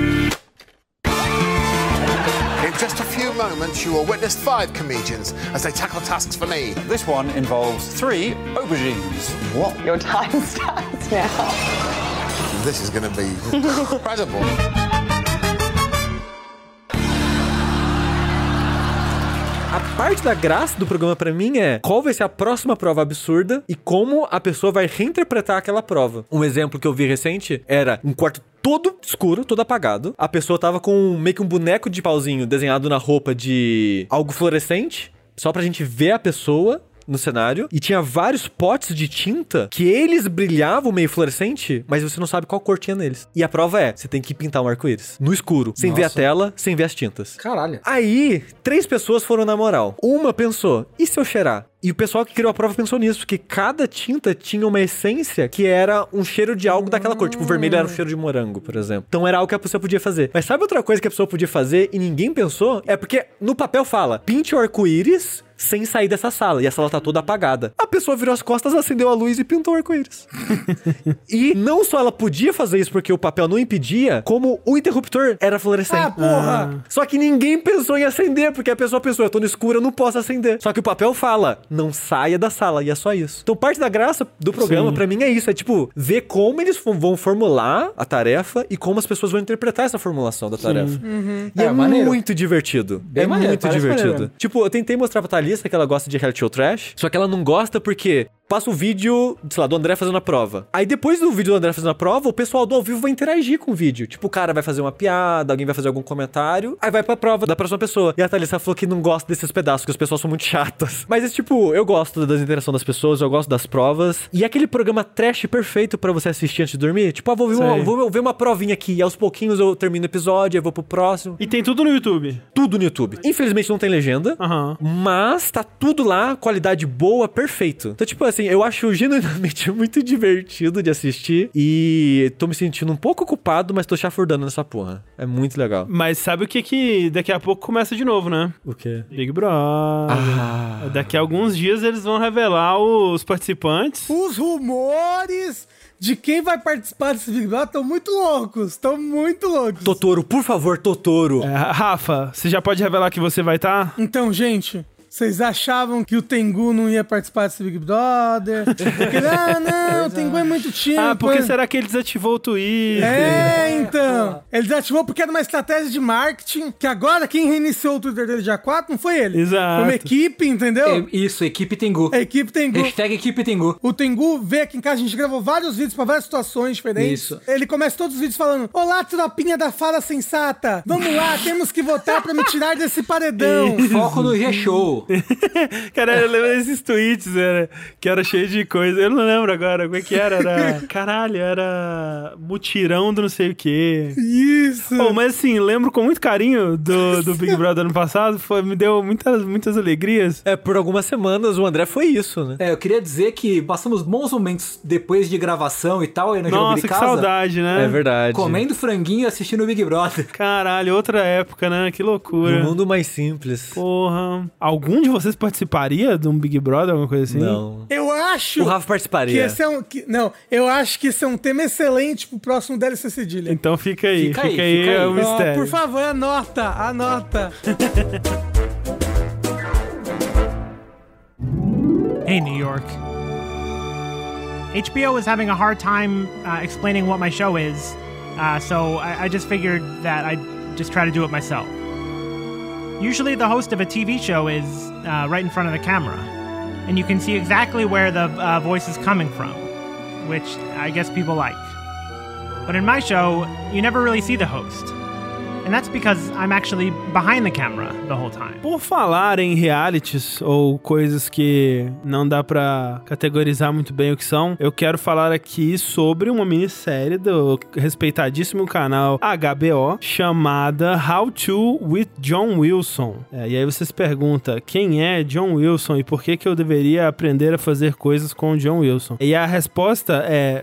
Just a few moments, you will witness five comedians as they tackle tasks for me. This one involves three aubergines. What? Your time starts now. This is going to be incredible. A parte da graça do programa pra mim é qual vai ser a próxima prova absurda e como a pessoa vai reinterpretar aquela prova. Um exemplo que eu vi recente era um quarto todo escuro, todo apagado. A pessoa tava com meio que um boneco de pauzinho desenhado na roupa de algo fluorescente, só pra gente ver a pessoa no cenário, e tinha vários potes de tinta que eles brilhavam meio fluorescente, mas você não sabe qual cor tinha neles. E a prova é, você tem que pintar um arco-íris no escuro, sem Nossa. ver a tela, sem ver as tintas. Caralho. Aí, três pessoas foram na moral. Uma pensou, e se eu cheirar? E o pessoal que criou a prova pensou nisso, porque cada tinta tinha uma essência que era um cheiro de algo daquela cor. Tipo, o vermelho era um cheiro de morango, por exemplo. Então era algo que a pessoa podia fazer. Mas sabe outra coisa que a pessoa podia fazer e ninguém pensou? É porque no papel fala, pinte o arco-íris sem sair dessa sala. E a sala tá toda apagada. A pessoa virou as costas, acendeu a luz e pintou o arco-íris. E não só ela podia fazer isso porque o papel não impedia, como o interruptor era fluorescente. Ah, porra! Ah. Só que ninguém pensou em acender, porque a pessoa pensou, eu tô no escuro, eu não posso acender. Só que o papel fala, não saia da sala, e é só isso. Então parte da graça do programa, Sim. pra mim, é isso. É tipo, ver como eles vão formular a tarefa e como as pessoas vão interpretar essa formulação da tarefa. Uhum. E é, é muito divertido. Bem é maneiro, muito divertido. Maneiro. Tipo, eu tentei mostrar pra Thalissa que ela gosta de reality show trash, só que ela não gosta porque passa o vídeo, sei lá, do André fazendo a prova. Aí depois do vídeo do André fazendo a prova, o pessoal do ao vivo vai interagir com o vídeo. Tipo, o cara vai fazer uma piada, alguém vai fazer algum comentário, aí vai pra prova da próxima pessoa. E a Thalissa falou que não gosta desses pedaços, que as pessoas são muito chatas. Mas é tipo, tipo, eu gosto das interações das pessoas, eu gosto das provas. E é aquele programa trash perfeito pra você assistir antes de dormir. Tipo, ah, vou ver, uma, vou ver uma provinha aqui. E aos pouquinhos eu termino o episódio, eu vou pro próximo. E tem tudo no YouTube? Tudo no YouTube. Infelizmente não tem legenda, uhum. mas tá tudo lá, qualidade boa, perfeito. Então, tipo assim, eu acho genuinamente muito divertido de assistir. E tô me sentindo um pouco ocupado, mas tô chafurdando nessa porra. É muito legal. Mas sabe o que que daqui a pouco começa de novo, né? O quê? Big Brother. Ah. Daqui a alguns dias eles vão revelar os participantes. Os rumores de quem vai participar desse Big Brother estão muito loucos. Estão muito loucos. Totoro, por favor, Totoro. É, Rafa, você já pode revelar que você vai estar? Tá? Então, gente... Vocês achavam que o Tengu não ia participar desse Big Brother? Porque, ah, não, o Tengu é muito tímido. Ah, porque será que ele desativou o Twitter? É, então. Ele desativou porque era uma estratégia de marketing, que agora quem reiniciou o Twitter dele dia quatro não foi ele. Exato. Foi uma equipe, entendeu? É, isso, equipe Tengu. A equipe Tengu. Hashtag equipe Tengu. O Tengu veio aqui em casa, a gente gravou vários vídeos pra várias situações diferentes. Isso. Ele começa todos os vídeos falando: olá, tropinha da fala sensata. Vamos lá, temos que votar pra me tirar desse paredão. Foco no G-Show. Cara, eu lembro desses tweets, era, que era cheio de coisa. Eu não lembro agora como é que era. Era caralho, era mutirão do não sei o quê. Isso. Oh, mas assim, lembro com muito carinho do, do Big Brother ano passado. Foi, me deu muitas, muitas alegrias. É, por algumas semanas o André foi isso, né? É, eu queria dizer que passamos bons momentos depois de gravação e tal, aí no Nossa, jogo de que casa. saudade, né? É verdade. Comendo franguinho e assistindo o Big Brother. Caralho, outra época, né? Que loucura. Um mundo mais simples. Porra. Algum de vocês participaria de um Big Brother, alguma coisa assim? Não. Eu acho... O Rafa participaria. Que esse é um... Que, não, eu acho que esse é um tema excelente pro próximo D L C Cedilha. Então fica aí, Fica fica, aí, aí, fica é aí. o mistério. Oh, por favor, anota, anota. Hey, New York. H B O is having a hard time uh, explaining what my show is, uh, so I, I just figured that I'd just try to do it myself. Usually the host of a T V show is uh, right in front of the camera, and you can see exactly where the uh, voice is coming from, which I guess people like. But in my show, you never really see the host. And that's because I'm actually behind the camera the whole time. Por falar em realities ou coisas que não dá pra categorizar muito bem o que são, eu quero falar aqui sobre uma minissérie do respeitadíssimo canal H B O chamada How To with John Wilson. É, e aí você se pergunta, quem é John Wilson e por que que eu deveria aprender a fazer coisas com o John Wilson? E a resposta é...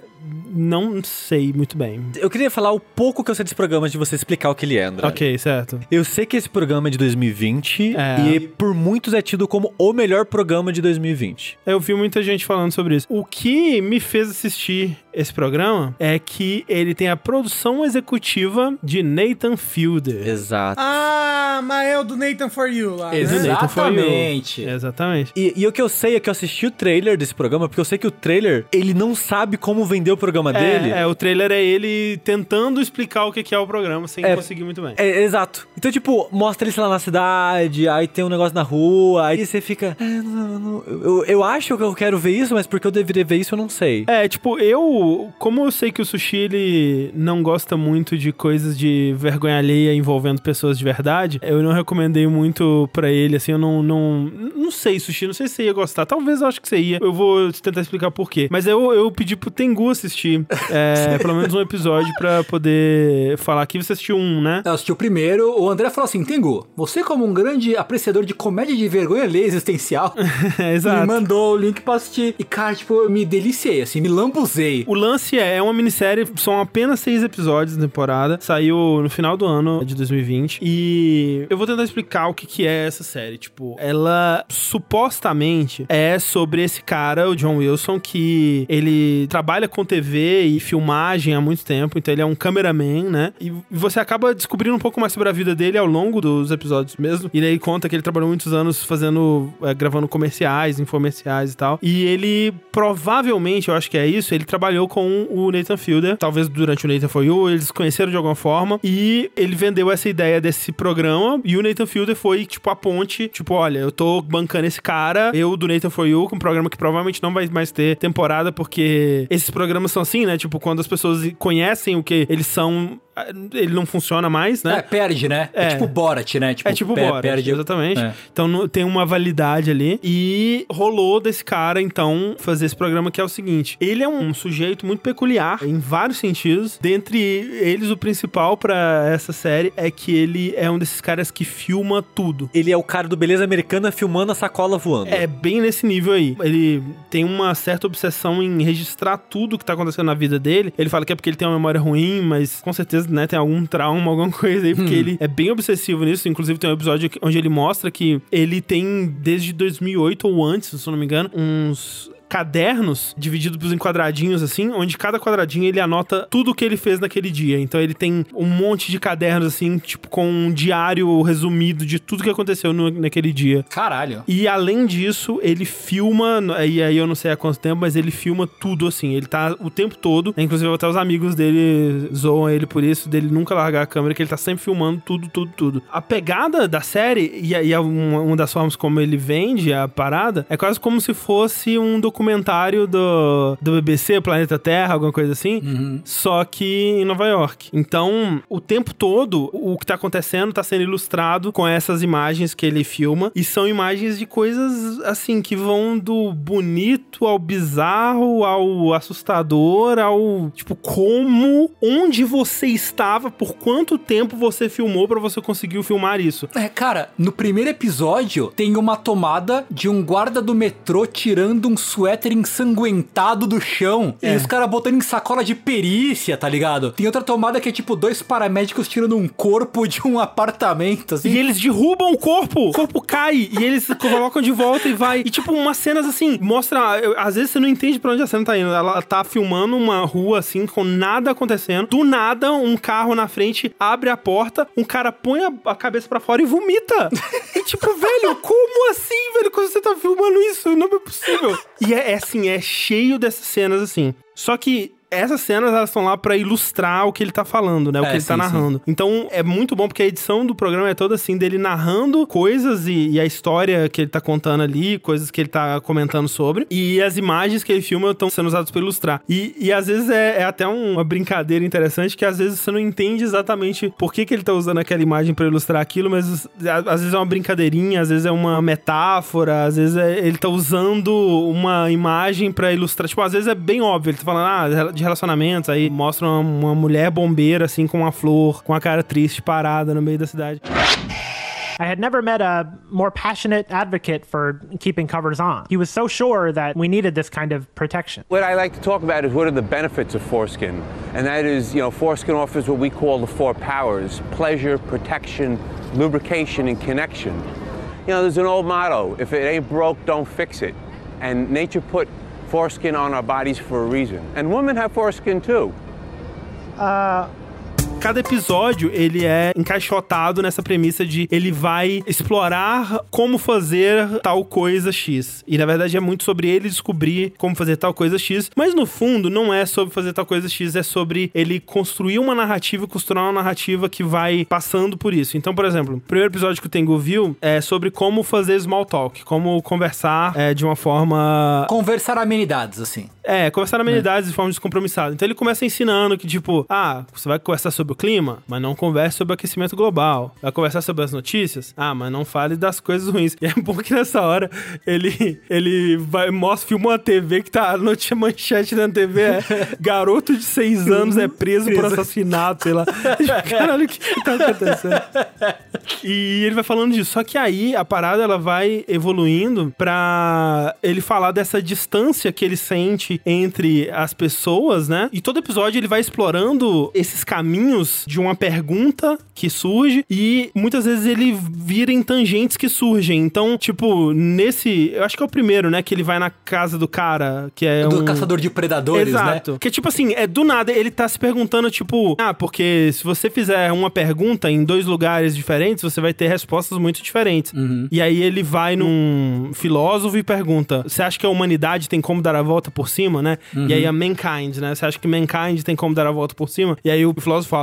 não sei muito bem. Eu queria falar o pouco que eu sei desse programa de você explicar o que ele é, André. Ok, certo. Eu sei que esse programa é de dois mil e vinte é. e por muitos é tido como o melhor programa de dois mil e vinte. Eu vi muita gente falando sobre isso. O que me fez assistir esse programa é que ele tem a produção executiva de Nathan Fielder. Exato. Ah, mas é o do Nathan For You lá, né? Exatamente. Exatamente. E, e o que eu sei é que eu assisti o trailer desse programa, porque eu sei que o trailer, ele não sabe como vender o programa é, dele. É, o trailer é ele tentando explicar o que é o programa, sem é, conseguir muito bem. É, exato. Então, tipo, mostra ele, sei lá, na cidade, aí tem um negócio na rua, aí você fica... É, não, não, eu, eu acho que eu quero ver isso, mas porque eu deveria ver isso, eu não sei. É, tipo, eu... Como eu sei que o Sushi, ele não gosta muito de coisas de vergonha alheia envolvendo pessoas de verdade, eu não recomendei muito pra ele, assim, eu não... Não, não sei, Sushi, não sei se você ia gostar. Talvez eu acho que você ia. Eu vou tentar explicar por quê. Mas eu, eu pedi pro Tengu assistir é, pelo menos um episódio pra poder falar aqui. Você assistiu um, né? Eu assisti o primeiro. O André falou assim, Tengu, você como um grande apreciador de comédia de vergonha alheia existencial, Exato. me mandou o link pra assistir. E, cara, tipo, eu me deliciei, assim, me lambuzei. O lance é, é uma minissérie, são apenas seis episódios na temporada. Saiu no final do ano de dois mil e vinte. E eu vou tentar explicar o que, que é essa série. Tipo, ela supostamente é sobre esse cara, o John Wilson, que ele trabalha com T V e filmagem há muito tempo. Então ele é um cameraman, né? E você acaba descobrindo um pouco mais sobre a vida dele ao longo dos episódios mesmo. E aí conta que ele trabalhou muitos anos fazendo, é, gravando comerciais, infomerciais e tal. E ele provavelmente, eu acho que é isso, ele trabalhou com o Nathan Fielder, talvez durante o Nathan For You, eles conheceram de alguma forma, e ele vendeu essa ideia desse programa, e o Nathan Fielder foi, tipo, a ponte, tipo, olha, eu tô bancando esse cara, eu do Nathan For You, com um programa que provavelmente não vai mais ter temporada, porque esses programas são assim, né, tipo, quando as pessoas conhecem o que eles são ele não funciona mais, né? É, perde, né? É, é tipo Borat, né? Tipo, é tipo Borat, perde, exatamente. É. Então no, tem uma validade ali. E rolou desse cara, então, fazer esse programa que é o seguinte. Ele é um sujeito muito peculiar, em vários sentidos. Dentre eles, o principal pra essa série é que ele é um desses caras que filma tudo. Ele é o cara do Beleza Americana filmando a sacola voando. É, bem nesse nível aí. Ele tem uma certa obsessão em registrar tudo que tá acontecendo na vida dele. Ele fala que é porque ele tem uma memória ruim, mas com certeza, né, tem algum trauma, alguma coisa aí, porque hum. ele é bem obsessivo nisso. Inclusive tem um episódio onde ele mostra que ele tem, desde dois mil e oito ou antes, se eu não me engano, uns cadernos divididos em quadradinhos, assim, onde cada quadradinho ele anota tudo o que ele fez naquele dia. Então ele tem um monte de cadernos, assim, tipo, com um diário resumido de tudo que aconteceu no, naquele dia. Caralho. E além disso, ele filma, e aí eu não sei há quanto tempo, mas ele filma tudo, assim. Ele tá o tempo todo, inclusive até os amigos dele zoam ele por isso, dele nunca largar a câmera, que ele tá sempre filmando tudo, tudo, tudo. A pegada da série, e aí uma, uma das formas como ele vende a parada, é quase como se fosse um documentário documentário do, do B B C, Planeta Terra, alguma coisa assim, uhum. só que em Nova York. Então, o tempo todo, o que tá acontecendo tá sendo ilustrado com essas imagens que ele filma, e são imagens de coisas, assim, que vão do bonito ao bizarro, ao assustador, ao, tipo, como, onde você estava, por quanto tempo você filmou pra você conseguir filmar isso. É, cara, no primeiro episódio, tem uma tomada de um guarda do metrô tirando um suéter ensanguentado do chão. É. E os caras botando em sacola de perícia, tá ligado? Tem outra tomada que é tipo dois paramédicos tirando um corpo de um apartamento, assim. E eles derrubam o corpo. O corpo cai. E eles colocam de volta e vai. E tipo, umas cenas assim, mostra... Às vezes você não entende pra onde a cena tá indo. Ela tá filmando uma rua assim, com nada acontecendo. Do nada, um carro na frente abre a porta, um cara põe a, a cabeça pra fora e vomita. E tipo, velho, como assim, velho? Como você tá filmando isso? Não é possível. E é, é assim, é cheio dessas cenas assim. Só que essas cenas, elas estão lá pra ilustrar o que ele tá falando, né? O é, que ele sim, tá narrando. Sim. Então, é muito bom, porque a edição do programa é toda assim, dele narrando coisas e, e a história que ele tá contando ali, coisas que ele tá comentando sobre, e as imagens que ele filma estão sendo usadas pra ilustrar. E, e às vezes é, é até um, uma brincadeira interessante, que às vezes você não entende exatamente por que que ele tá usando aquela imagem pra ilustrar aquilo, mas às vezes é uma brincadeirinha, às vezes é uma metáfora, às vezes é, ele tá usando uma imagem pra ilustrar. Tipo, às vezes é bem óbvio, ele tá falando, ah, de relacionamentos, aí mostra uma, uma mulher bombeira, assim, com uma flor, com a cara triste, parada no meio da cidade. I had never met a more passionate advocate for keeping covers on. He was so sure that we needed this kind of protection. What I like to talk about is what are the benefits of foreskin. And that is, you know, foreskin offers what we call the four powers: pleasure, protection, lubrication, and connection. You know, there's an old motto, if it ain't broke, don't fix it. And nature put foreskin on our bodies for a reason. And women have foreskin too. Uh... Cada episódio, ele é encaixotado nessa premissa de ele vai explorar como fazer tal coisa X. E, na verdade, é muito sobre ele descobrir como fazer tal coisa X. Mas, no fundo, não é sobre fazer tal coisa X, é sobre ele construir uma narrativa e costurar uma narrativa que vai passando por isso. Então, por exemplo, o primeiro episódio que o Tengu viu é sobre como fazer small talk, como conversar é, de uma forma... Conversar amenidades, assim. É, conversar amenidades é. de forma descompromissada. Então, ele começa ensinando que, tipo, ah, você vai conversar sobre o clima, mas não converse sobre o aquecimento global. Vai conversar sobre as notícias? Ah, mas não fale das coisas ruins. E é bom que nessa hora ele, ele vai, mostra, filma uma T V que tá, a notícia manchete da T V é garoto de seis anos é preso por assassinato, sei lá. Caralho, o que, que tá acontecendo? E ele vai falando disso. Só que aí a parada, ela vai evoluindo pra ele falar dessa distância que ele sente entre as pessoas, né? E todo episódio ele vai explorando esses caminhos de uma pergunta que surge e muitas vezes ele vira em tangentes que surgem. Então, tipo, nesse... Eu acho que é o primeiro, né? Que ele vai na casa do cara, que é do um... caçador de predadores, Exato. né? Exato. Que, tipo assim, é do nada, ele tá se perguntando, tipo... Ah, porque se você fizer uma pergunta em dois lugares diferentes, você vai ter respostas muito diferentes. Uhum. E aí ele vai num filósofo e pergunta: você acha que a humanidade tem como dar a volta por cima, né? Uhum. E aí a mankind, né? Você acha que mankind tem como dar a volta por cima? E aí o filósofo fala: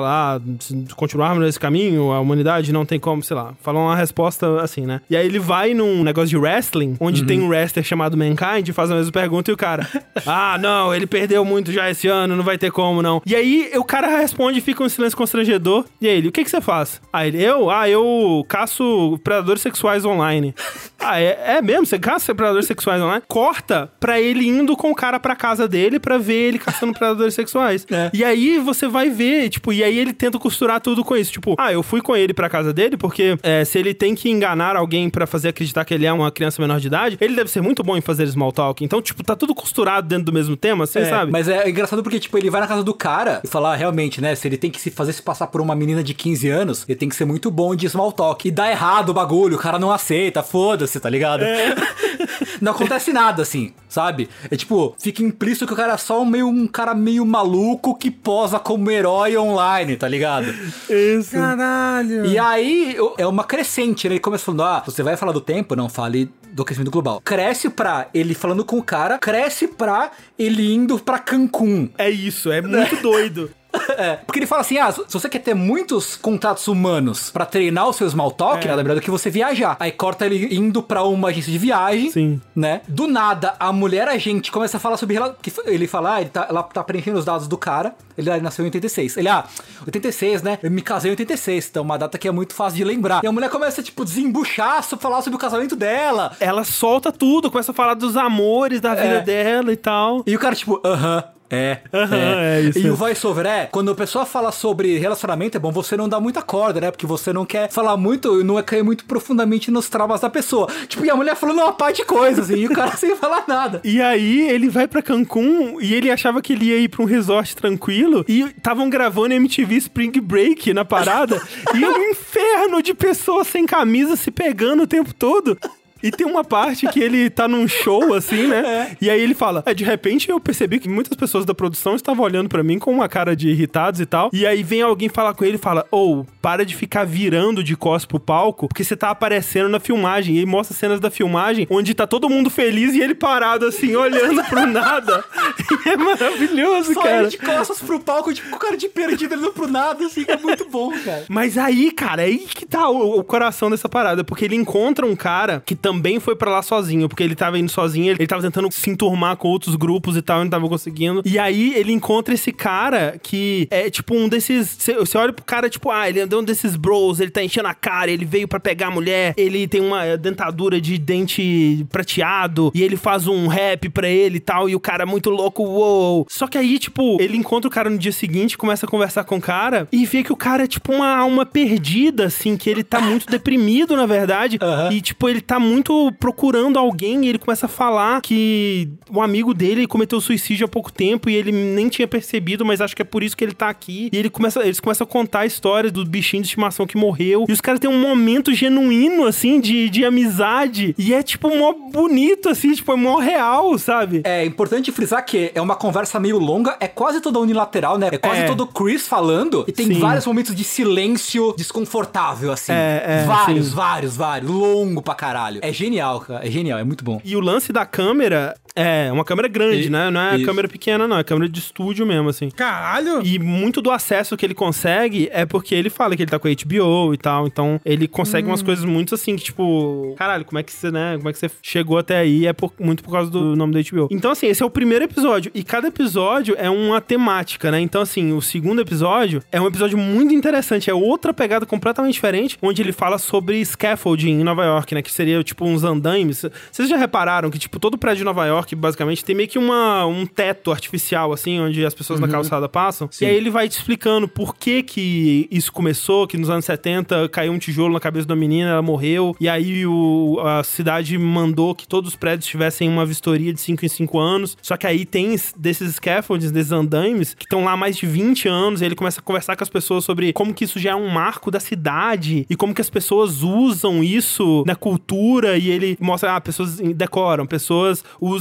fala, ah, se continuarmos nesse caminho, a humanidade não tem como, sei lá, fala uma resposta assim, né? E aí ele vai num negócio de wrestling, onde uhum. tem um wrestler chamado Mankind, faz a mesma pergunta e o cara, ah, não, ele perdeu muito já esse ano, não vai ter como, não. E aí o cara responde e fica um silêncio constrangedor. E aí ele, o que que você faz? Aí ele, eu? Ah, eu caço predadores sexuais online. Ah, é, é mesmo? Você caça predadores sexuais online? Corta pra ele indo com o cara pra casa dele pra ver ele caçando predadores sexuais. É. E aí você vai ver, tipo, e aí ele tenta costurar tudo com isso. Tipo, ah, eu fui com ele pra casa dele porque é, se ele tem que enganar alguém pra fazer acreditar que ele é uma criança menor de idade, ele deve ser muito bom em fazer small talk. Então, tipo, tá tudo costurado dentro do mesmo tema, você é, sabe? Mas é engraçado porque, tipo, ele vai na casa do cara e fala, ah, realmente, né, se ele tem que se fazer se passar por uma menina de quinze anos, ele tem que ser muito bom de small talk. E dá errado o bagulho, o cara não aceita, foda-se, tá ligado? É. Não acontece nada, assim, sabe? É tipo, fica implícito que o cara é só um, meio, um cara meio maluco que posa como herói online, tá ligado? Isso. Caralho. E aí, é uma crescente, né? Ele começa falando, ah, você vai falar do tempo? Não, fale do aquecimento global. Cresce pra ele falando com o cara, cresce pra ele indo pra Cancún. É isso, é muito doido. É, porque ele fala assim, ah, se você quer ter muitos contatos humanos pra treinar o seu small talk, é. nada melhor do que você viajar. Aí corta ele indo pra uma agência de viagem, Sim. né? Do nada, a mulher agente começa a falar sobre... Que ele fala, ah, ele tá, ela tá preenchendo os dados do cara, ele, ele nasceu em oitenta e seis. Ele, ah, oitenta e seis, né? Eu me casei em oitenta e seis, então uma data que é muito fácil de lembrar. E a mulher começa, tipo, desembuchar, falar sobre o casamento dela. Ela solta tudo, começa a falar dos amores da vida é. dela e tal. E o cara, tipo, aham... Uh-huh. É, uhum, é. é isso. E o voice-over é, quando a pessoa fala sobre relacionamento, é bom você não dar muita corda, né? Porque você não quer falar muito, não é cair muito profundamente nos traumas da pessoa. Tipo, e a mulher falando uma parte de coisas, assim, e o cara sem falar nada. E aí, ele vai pra Cancún e ele achava que ele ia ir pra um resort tranquilo e estavam gravando M T V Spring Break na parada e um inferno de pessoas sem camisa se pegando o tempo todo. E tem uma parte que ele tá num show, assim, né? É. E aí ele fala, é, de repente eu percebi que muitas pessoas da produção estavam olhando pra mim com uma cara de irritados e tal. E aí vem alguém falar com ele e fala, ô, oh, para de ficar virando de costas pro palco, porque você tá aparecendo na filmagem. E ele mostra cenas da filmagem onde tá todo mundo feliz e ele parado, assim, olhando pro nada. E é maravilhoso, Só cara. Só ele de costas pro palco, tipo, com o cara de perdido olhando pro nada, assim, que é muito bom, cara. Mas aí, cara, aí que tá o, o coração dessa parada, porque ele encontra um cara que tá também foi pra lá sozinho, porque ele tava indo sozinho, ele tava tentando se enturmar com outros grupos e tal, e não tava conseguindo. E aí ele encontra esse cara que é tipo um desses... Você olha pro cara, tipo, ah, ele é um desses bros, ele tá enchendo a cara, ele veio pra pegar a mulher, ele tem uma dentadura de dente prateado, e ele faz um rap pra ele e tal, e o cara é muito louco, uou. Só que aí, tipo, ele encontra o cara no dia seguinte, começa a conversar com o cara, e vê que o cara é tipo uma alma perdida, assim, que ele tá muito deprimido, na verdade, uhum. E tipo, ele tá muito procurando alguém, e ele começa a falar que um amigo dele cometeu suicídio há pouco tempo, e ele nem tinha percebido, mas acho que é por isso que ele tá aqui. E ele começa, eles começam a contar a história do bichinho de estimação que morreu, e os caras têm um momento genuíno, assim, de, de amizade, e é tipo mó bonito, assim, tipo, é mó real, sabe? É importante frisar que é uma conversa meio longa, é quase toda unilateral, né? É quase é. todo Chris falando, e tem Sim. vários momentos de silêncio desconfortável, assim. É, é, vários, sim. vários, vários, longo pra caralho. É genial, cara. É genial, é muito bom. E o lance da câmera é uma câmera grande, e, né? Não é isso. câmera pequena, não. É câmera de estúdio mesmo, assim. Caralho! E muito do acesso que ele consegue é porque ele fala que ele tá com a H B O e tal. Então, ele consegue hum. umas coisas muito assim, que tipo... Caralho, como é que você, né? Como é que você chegou até aí? É por, muito por causa do nome da H B O. Então, assim, esse é o primeiro episódio. E cada episódio é uma temática, né? Então, assim, o segundo episódio é um episódio muito interessante. É outra pegada completamente diferente, onde ele fala sobre scaffolding em Nova York, né? Que seria, tipo, uns andaimes. Vocês já repararam que, tipo, todo prédio de Nova York, basicamente, tem meio que uma, um teto artificial, assim, onde as pessoas uhum. na calçada passam. Sim. E aí ele vai te explicando por que que isso começou, que nos anos setenta caiu um tijolo na cabeça da menina, ela morreu, e aí o, a cidade mandou que todos os prédios tivessem uma vistoria de cinco em cinco anos. Só que aí tem desses scaffolds, desses andaimes, que estão lá há mais de vinte anos, e ele começa a conversar com as pessoas sobre como que isso já é um marco da cidade, e como que as pessoas usam isso na cultura, e ele mostra, ah, pessoas decoram, pessoas usam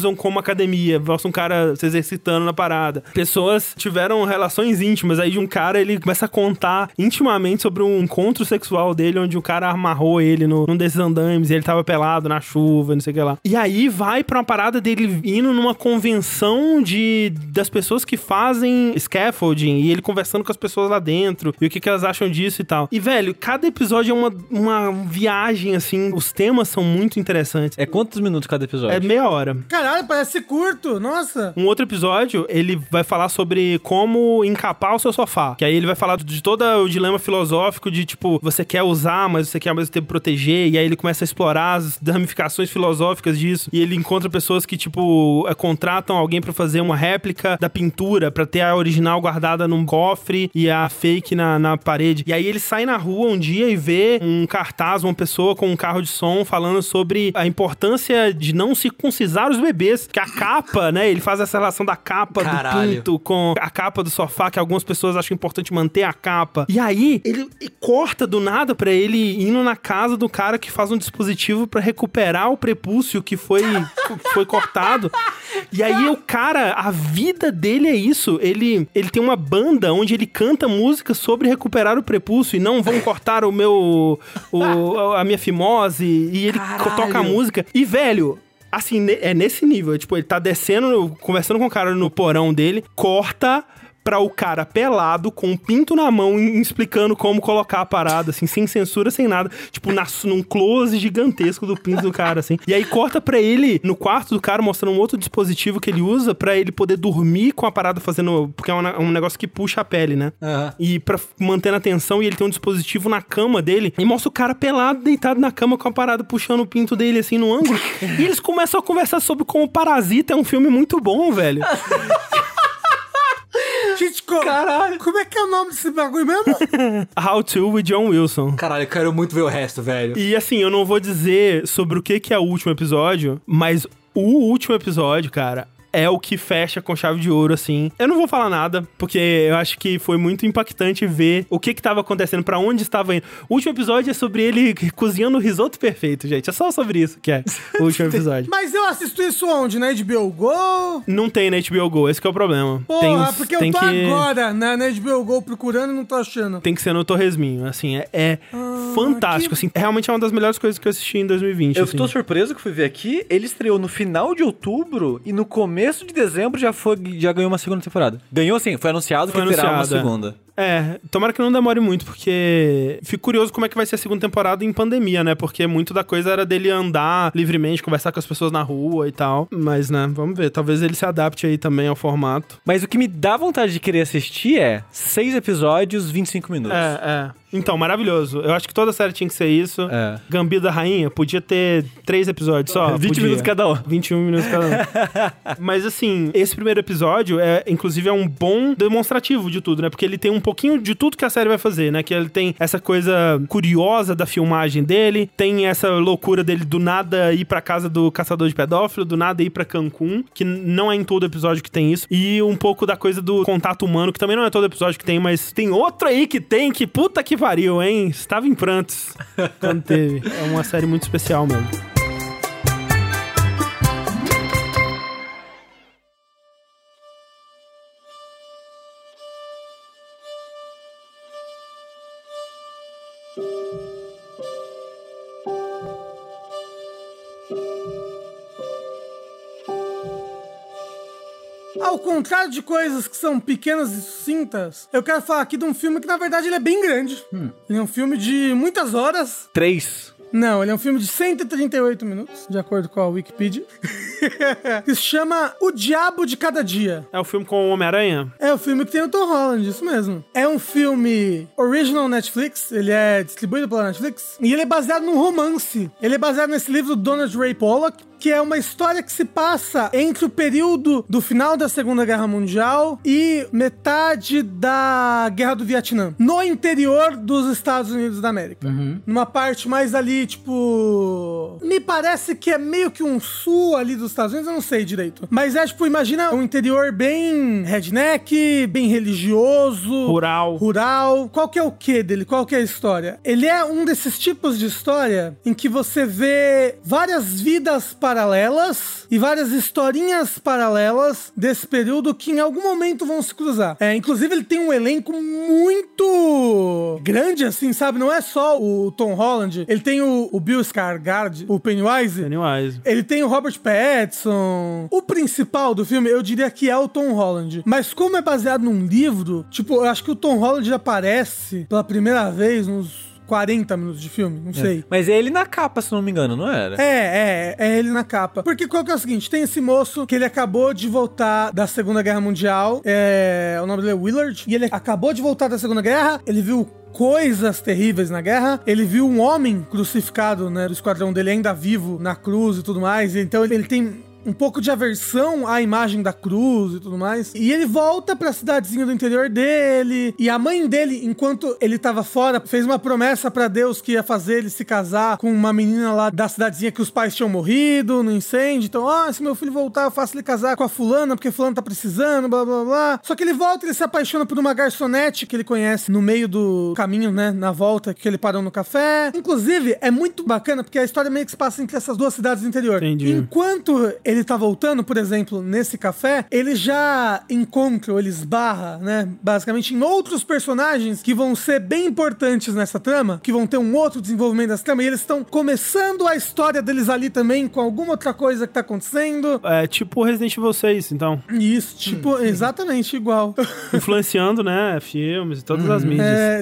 usam como academia, mostra um cara se exercitando na parada. Pessoas tiveram relações íntimas, aí de um cara, ele começa a contar intimamente sobre um encontro sexual dele, onde o cara amarrou ele no, num desses andames, e ele tava pelado na chuva, não sei o que lá. E aí vai pra uma parada dele indo numa convenção de, das pessoas que fazem scaffolding, e ele conversando com as pessoas lá dentro, e o que, que elas acham disso e tal. E, velho, cada episódio é uma, uma viagem, assim, os temas são muito interessantes. É quantos minutos cada episódio? É meia hora. Caralho, parece curto, nossa. Um outro episódio, ele vai falar sobre como encapar o seu sofá. Que aí ele vai falar de todo o dilema filosófico de, tipo, você quer usar, mas você quer ao mesmo tempo proteger. E aí ele começa a explorar as ramificações filosóficas disso. E ele encontra pessoas que, tipo, contratam alguém pra fazer uma réplica da pintura, pra ter a original guardada num cofre e a fake na, na parede. E aí ele sai na rua um dia e vê um cartaz, uma pessoa com um carro de som falando sobre a importância de não circuncisar os bebês. Que a capa, né? Ele faz essa relação da capa Caralho. do pinto com a capa do sofá, que algumas pessoas acham importante manter a capa. E aí, ele corta do nada pra ele indo na casa do cara que faz um dispositivo pra recuperar o prepúcio que foi, foi cortado. E aí, o cara, a vida dele é isso. Ele, ele tem uma banda onde ele canta música sobre recuperar o prepúcio e não vão cortar o meu... O, a minha fimose. E ele Caralho. toca a música. E, velho... Assim, é nesse nível. Tipo, ele tá descendo, conversando com o cara no porão dele, corta pra o cara pelado, com um pinto na mão, explicando como colocar a parada, assim, sem censura, sem nada. Tipo, na, num close gigantesco do pinto do cara, assim. E aí corta pra ele, no quarto do cara, mostrando um outro dispositivo que ele usa pra ele poder dormir com a parada fazendo... Porque é um, um negócio que puxa a pele, né? Uhum. E pra manter a tensão, e ele tem um dispositivo na cama dele, e mostra o cara pelado, deitado na cama com a parada puxando o pinto dele, assim, no ângulo. E eles começam a conversar sobre como Parasita é um filme muito bom, velho. Gente, co- Caralho. como é que é o nome desse bagulho mesmo? How To with John Wilson. Caralho, eu quero muito ver o resto, velho. E assim, eu não vou dizer sobre o que que é o último episódio, mas o último episódio, cara, é o que fecha com chave de ouro, assim. Eu não vou falar nada, porque eu acho que foi muito impactante ver o que que tava acontecendo, pra onde estava indo. O último episódio é sobre ele cozinhando o risoto perfeito, gente. É só sobre isso que é o último episódio. Mas eu assisto isso onde? Na H B O Go? Não tem na H B O Go, esse que é o problema. Porra, tem, porque tem eu tô que... agora na, na H B O Go procurando e não tô achando. Tem que ser no Torresminho, assim, é, é Ah, fantástico, que- assim, realmente é uma das melhores coisas que eu assisti em dois mil e vinte. Eu assim. tô surpreso que fui ver aqui. Ele estreou no final de outubro e no começo de dezembro já, foi, já ganhou uma segunda temporada. Ganhou assim, foi anunciado Foi que terá uma anunciado, é. segunda. É, tomara que não demore muito, porque fico curioso como é que vai ser a segunda temporada em pandemia, né? Porque muito da coisa era dele andar livremente, conversar com as pessoas na rua e tal. Mas, né, vamos ver. Talvez ele se adapte aí também ao formato. Mas o que me dá vontade de querer assistir é seis episódios, vinte e cinco minutos. É, é. Então, maravilhoso. Eu acho que toda série tinha que ser isso. É. Gambito da Rainha podia ter três episódios só. vinte podia. minutos cada um. vinte e um minutos cada um. Mas assim, esse primeiro episódio é, inclusive, é um bom demonstrativo de tudo, né? Porque ele tem um pouquinho de tudo que a série vai fazer, né? Que ele tem essa coisa curiosa da filmagem dele, tem essa loucura dele do nada ir pra casa do caçador de pedófilo, do nada ir pra Cancún, que não é em todo episódio que tem isso, e um pouco da coisa do contato humano, que também não é todo episódio que tem, mas tem outro aí que tem, que puta que pariu, hein? Estava em prantos quando teve. É uma série muito especial mesmo. Ao contrário de coisas que são pequenas e sucintas, eu quero falar aqui de um filme que, na verdade, ele é bem grande. Hum. Ele é um filme de muitas horas. Três. Não, ele é um filme de cento e trinta e oito minutos, de acordo com a Wikipedia. Que se chama O Diabo de Cada Dia. É o filme com o Homem-Aranha? É o filme que tem o Tom Holland, isso mesmo. É um filme original Netflix, ele é distribuído pela Netflix, e ele é baseado num romance. Ele é baseado nesse livro do Donald Ray Pollock, que é uma história que se passa entre o período do final da Segunda Guerra Mundial e metade da Guerra do Vietnã, no interior dos Estados Unidos da América. Uhum. Numa parte mais ali, tipo... Me parece que é meio que um sul ali dos dos Estados Unidos, eu não sei direito. Mas é, tipo, imagina um interior bem redneck, bem religioso. Rural. Rural. Qual que é o quê dele? Qual que é a história? Ele é um desses tipos de história em que você vê várias vidas paralelas e várias historinhas paralelas desse período que em algum momento vão se cruzar. É, inclusive, ele tem um elenco muito grande, assim, sabe? Não é só o Tom Holland. Ele tem o, o Bill Skarsgård, o Pennywise. Pennywise. Ele tem o Robert Pattinson. O principal do filme, eu diria que é o Tom Holland. Mas como é baseado num livro, tipo, eu acho que o Tom Holland aparece pela primeira vez nos quarenta minutos de filme, não é. sei. Mas é ele na capa, se não me engano, não era? É, é, é ele na capa. Porque qual que é o seguinte, tem esse moço que ele acabou de voltar da Segunda Guerra Mundial, é, o nome dele é Willard, e ele acabou de voltar da Segunda Guerra, ele viu coisas terríveis na guerra, ele viu um homem crucificado, né, do esquadrão dele ainda vivo na cruz e tudo mais, então ele, ele tem um pouco de aversão à imagem da cruz e tudo mais. E ele volta pra cidadezinha do interior dele. E a mãe dele, enquanto ele tava fora, fez uma promessa pra Deus que ia fazer ele se casar com uma menina lá da cidadezinha que os pais tinham morrido no incêndio. Então, ó, oh, se meu filho voltar, eu faço ele casar com a fulana, porque fulana tá precisando, blá, blá, blá. Só que ele volta e ele se apaixona por uma garçonete que ele conhece no meio do caminho, né, na volta que ele parou no café. Inclusive, é muito bacana, porque a história meio que se passa entre essas duas cidades do interior. Entendi. Enquanto ele tá voltando, por exemplo, nesse café, ele já encontra, ou ele esbarra, né, basicamente em outros personagens que vão ser bem importantes nessa trama, que vão ter um outro desenvolvimento dessa trama, e eles estão começando a história deles ali também, com alguma outra coisa que tá acontecendo. É tipo Resident Evil seis, então. Isso, tipo, hum, exatamente igual. Influenciando, né, filmes e todas hum, as mídias. É...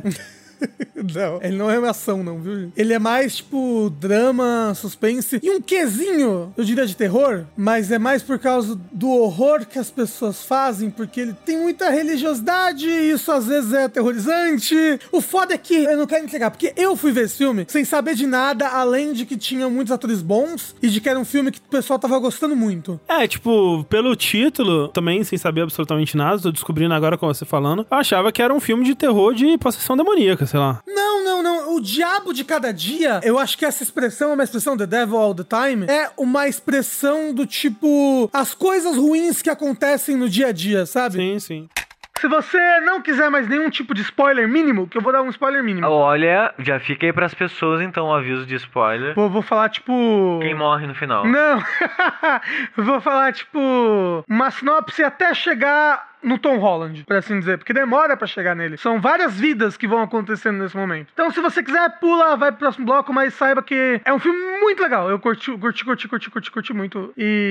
Não, ele não é uma ação, não, viu? Ele é mais, tipo, drama, suspense e um quezinho, eu diria, de terror, mas é mais por causa do horror que as pessoas fazem, porque ele tem muita religiosidade e isso às vezes é aterrorizante. O foda é que eu não quero entregar, porque eu fui ver esse filme sem saber de nada, além de que tinha muitos atores bons e de que era um filme que o pessoal tava gostando muito. É, tipo, pelo título, também sem saber absolutamente nada, tô descobrindo agora com você falando, eu achava que era um filme de terror de possessão demoníaca, sei lá. Não, não, não. O diabo de cada dia, eu acho que essa expressão é uma expressão, The Devil All the Time, é uma expressão do tipo, as coisas ruins que acontecem no dia a dia, sabe? Sim, sim. Se você não quiser mais nenhum tipo de spoiler mínimo, que eu vou dar um spoiler mínimo. Olha, já fica aí pras pessoas, então, um aviso de spoiler. Vou, vou falar, tipo... Quem morre no final. Não. Vou falar, tipo, uma sinopse até chegar no Tom Holland, por assim dizer, porque demora pra chegar nele. São várias vidas que vão acontecendo nesse momento. Então, se você quiser, pula, vai pro próximo bloco, mas saiba que é um filme muito legal. Eu curti, curti, curti, curti, curti, curti muito.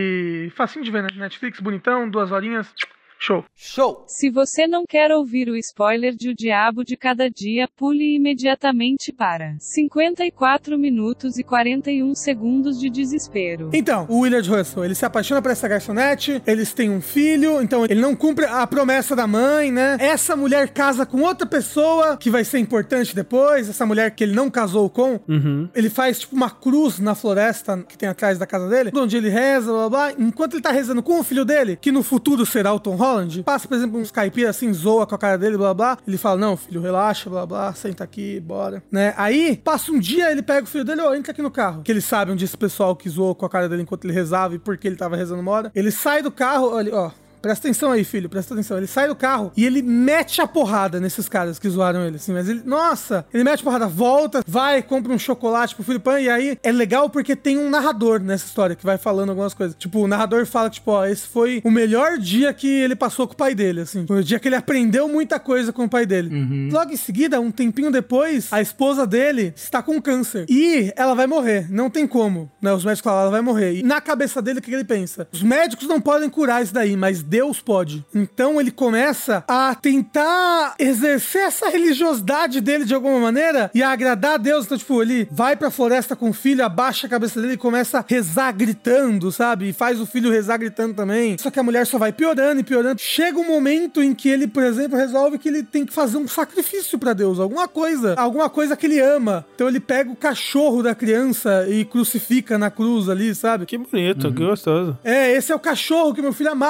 E facinho de ver, né? Netflix, bonitão, duas horinhas... Show. Show. Se você não quer ouvir o spoiler de O Diabo de Cada Dia, pule imediatamente para cinquenta e quatro minutos e quarenta e um segundos de desespero. Então, o Willard Russell, ele se apaixona por essa garçonete, eles têm um filho, então ele não cumpre a promessa da mãe, né? Essa mulher casa com outra pessoa, que vai ser importante depois, essa mulher que ele não casou com, uhum. Ele faz tipo uma cruz na floresta que tem atrás da casa dele, onde ele reza, blá, blá, blá. Enquanto ele tá rezando com o filho dele, que no futuro será o Tom Holland, Holland, passa, por exemplo, uns caipiras assim, zoa com a cara dele, blá, blá, ele fala, não, filho, relaxa, blá, blá, senta aqui, bora, né? Aí, passa um dia, ele pega o filho dele, ó, entra aqui no carro, que ele sabe onde esse pessoal que zoou com a cara dele enquanto ele rezava e porque ele tava rezando uma hora, ele sai do carro, olha, ó, presta atenção aí, filho, presta atenção. Ele sai do carro e ele mete a porrada nesses caras que zoaram ele, assim. Mas ele, nossa, ele mete a porrada, volta, vai, compra um chocolate pro filho, e aí é legal porque tem um narrador nessa história que vai falando algumas coisas. Tipo, o narrador fala, tipo, ó, esse foi o melhor dia que ele passou com o pai dele, assim. Foi o dia que ele aprendeu muita coisa com o pai dele. Uhum. Logo em seguida, um tempinho depois, a esposa dele está com câncer. E ela vai morrer. Não tem como, né? Os médicos falam, ela vai morrer. E na cabeça dele, o que ele pensa? Os médicos não podem curar isso daí, mas Deus pode. Então ele começa a tentar exercer essa religiosidade dele de alguma maneira e a agradar a Deus. Então, tipo, ele vai pra floresta com o filho, abaixa a cabeça dele e começa a rezar gritando, sabe? E faz o filho rezar gritando também. Só que a mulher só vai piorando e piorando. Chega um momento em que ele, por exemplo, resolve que ele tem que fazer um sacrifício pra Deus. Alguma coisa. Alguma coisa que ele ama. Então ele pega o cachorro da criança e crucifica na cruz ali, sabe? Que bonito, uhum. Que gostoso. É, esse é o cachorro que meu filho amava. Ele amava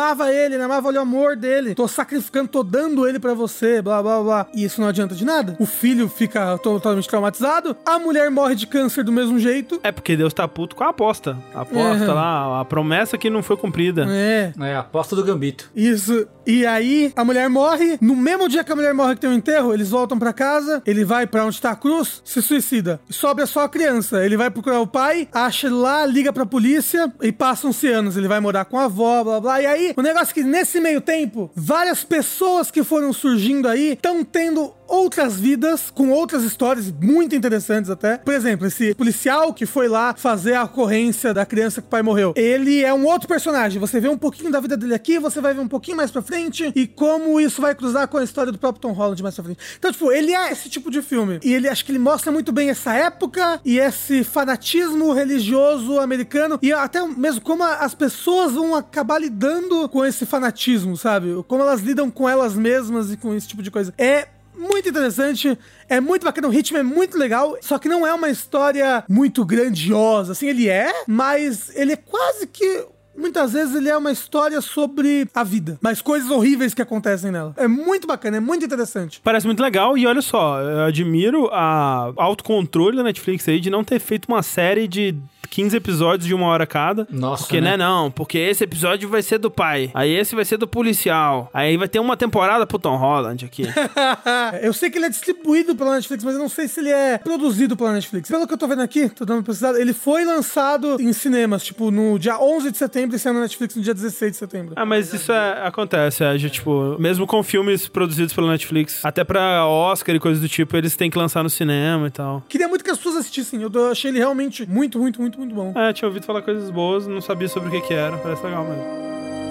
amava ele, ele amava o amor dele. Tô sacrificando, tô dando ele pra você, blá, blá, blá. E isso não adianta de nada. O filho fica totalmente traumatizado. A mulher morre de câncer do mesmo jeito. É porque Deus tá puto com a aposta. A aposta é. lá, a promessa que não foi cumprida. É. É, a aposta do Gambito. Isso. E aí, a mulher morre. No mesmo dia que a mulher morre que tem um enterro, eles voltam pra casa. Ele vai pra onde tá a cruz, se suicida. Sobra só a criança. Ele vai procurar o pai, acha ele lá, liga pra polícia e passam-se anos. Ele vai morar com a avó, blá, blá. E aí, o negócio é que nesse meio tempo, várias pessoas que foram surgindo aí estão tendo outras vidas, com outras histórias muito interessantes até. Por exemplo, esse policial que foi lá fazer a ocorrência da criança que o pai morreu. Ele é um outro personagem. Você vê um pouquinho da vida dele aqui, você vai ver um pouquinho mais pra frente e como isso vai cruzar com a história do próprio Tom Holland mais pra frente. Então, tipo, ele é esse tipo de filme. E ele, acho que ele mostra muito bem essa época e esse fanatismo religioso americano e até mesmo como as pessoas vão acabar lidando com esse fanatismo, sabe? Como elas lidam com elas mesmas e com esse tipo de coisa. É muito interessante, é muito bacana, o ritmo é muito legal, só que não é uma história muito grandiosa, assim, ele é, mas ele é quase que... Muitas vezes ele é uma história sobre a vida, mas coisas horríveis que acontecem nela. É muito bacana, é muito interessante. Parece muito legal e olha só, eu admiro a autocontrole da Netflix aí de não ter feito uma série de quinze episódios de uma hora cada. Nossa, porque, né? né, não, porque esse episódio vai ser do pai, aí esse vai ser do policial, aí vai ter uma temporada pro Tom Holland aqui. Eu sei que ele é distribuído pela Netflix, mas eu não sei se ele é produzido pela Netflix. Pelo que eu tô vendo aqui, tô dando uma pesquisada, ele foi lançado em cinemas, tipo, no dia onze de setembro e saiu na Netflix no dia dezesseis de setembro. Ah, mas isso é, acontece, é, tipo, mesmo com filmes produzidos pela Netflix, até pra Oscar e coisas do tipo, eles têm que lançar no cinema e tal. Queria muito que as pessoas assistissem, eu achei ele realmente muito, muito, muito, muito bom. É, tinha ouvido falar coisas boas, não sabia sobre o que que era, parece legal mesmo.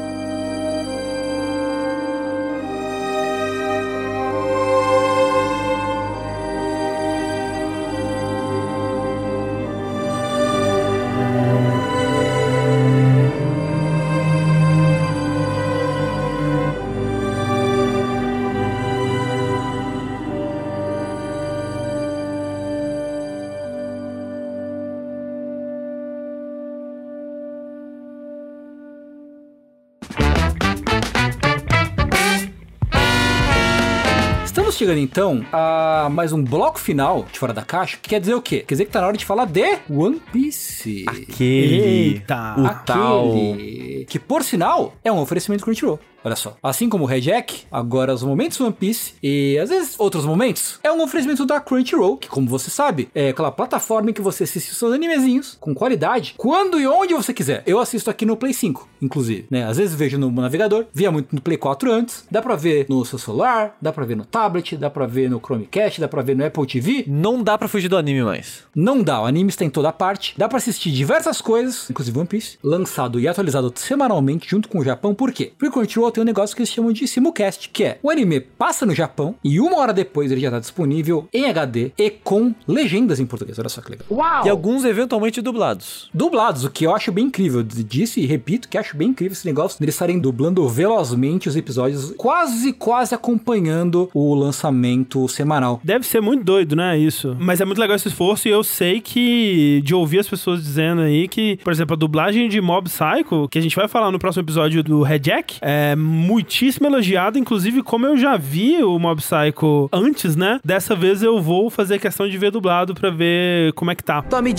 Chegando então a mais um bloco final de Fora da Caixa, que quer dizer o quê? Quer dizer que tá na hora de falar de One Piece. Aquele. Eita. O Aquele. tal. Que, por sinal, é um oferecimento Crunchyroll. Olha só. Assim como o Red Jack, agora os momentos One Piece e às vezes outros momentos, é um oferecimento da Crunchyroll, que como você sabe, é aquela plataforma em que você assiste os seus animezinhos com qualidade, quando e onde você quiser. Eu assisto aqui no Play cinco, inclusive, né? Às vezes vejo no navegador, via muito no Play quatro antes, dá pra ver no seu celular, dá pra ver no tablet, dá pra ver no Chromecast, dá pra ver no Apple T V. Não dá pra fugir do anime mais. Não dá, o anime está em toda parte, dá pra assistir diversas coisas, inclusive One Piece, lançado e atualizado semanalmente junto com o Japão. Por quê? Porque o Crunchyroll tem um negócio que eles chamam de simulcast, que é o anime passa no Japão e uma hora depois ele já tá disponível em H D e com legendas em português. Olha só que legal. Uau! E alguns eventualmente dublados. Dublados, o que eu acho bem incrível. Eu disse e repito que acho bem incrível esse negócio deles estarem dublando velozmente os episódios, quase, quase acompanhando o lançamento semanal. Deve ser muito doido, né, isso? Mas é muito legal esse esforço e eu sei que de ouvir as pessoas dizendo aí que, por exemplo, a dublagem de Mob Psycho, que a gente vai falar no próximo episódio do Red Jack, é muitíssimo elogiado, inclusive como eu já vi o Mob Psycho antes, né? Dessa vez eu vou fazer questão de ver dublado pra ver como é que tá. Tá me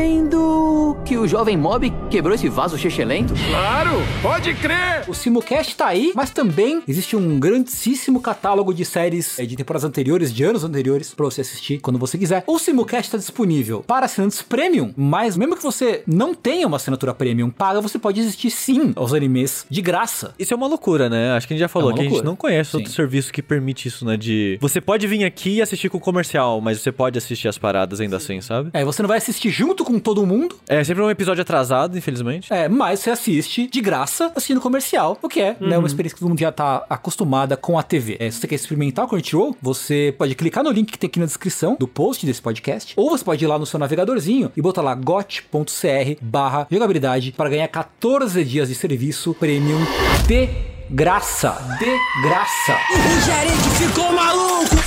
dizendo que o jovem Mob quebrou esse vaso chechelento? Claro, pode crer! O simulcast tá aí, mas também existe um grandíssimo catálogo de séries de temporadas anteriores, de anos anteriores, pra você assistir quando você quiser. O simulcast tá disponível para assinantes premium, mas mesmo que você não tenha uma assinatura premium paga, você pode assistir sim aos animes de graça. Isso é uma loucura, né? Acho que a gente já falou é que a gente não conhece Sim. outro serviço que permite isso, né? De você pode vir aqui e assistir com o comercial, mas você pode assistir as paradas ainda Sim. assim, sabe? É, você não vai assistir junto com todo mundo. É sempre um episódio atrasado, infelizmente. É, mas você assiste de graça assistindo comercial, o que é, uhum. né? Uma experiência que todo mundo já tá acostumada com a T V. É, se você quer experimentar o Crunchyroll, você pode clicar no link que tem aqui na descrição do post desse podcast, ou você pode ir lá no seu navegadorzinho e botar lá got.cr barra jogabilidade para ganhar quatorze dias de serviço premium de graça. De graça. O gerente ficou maluco.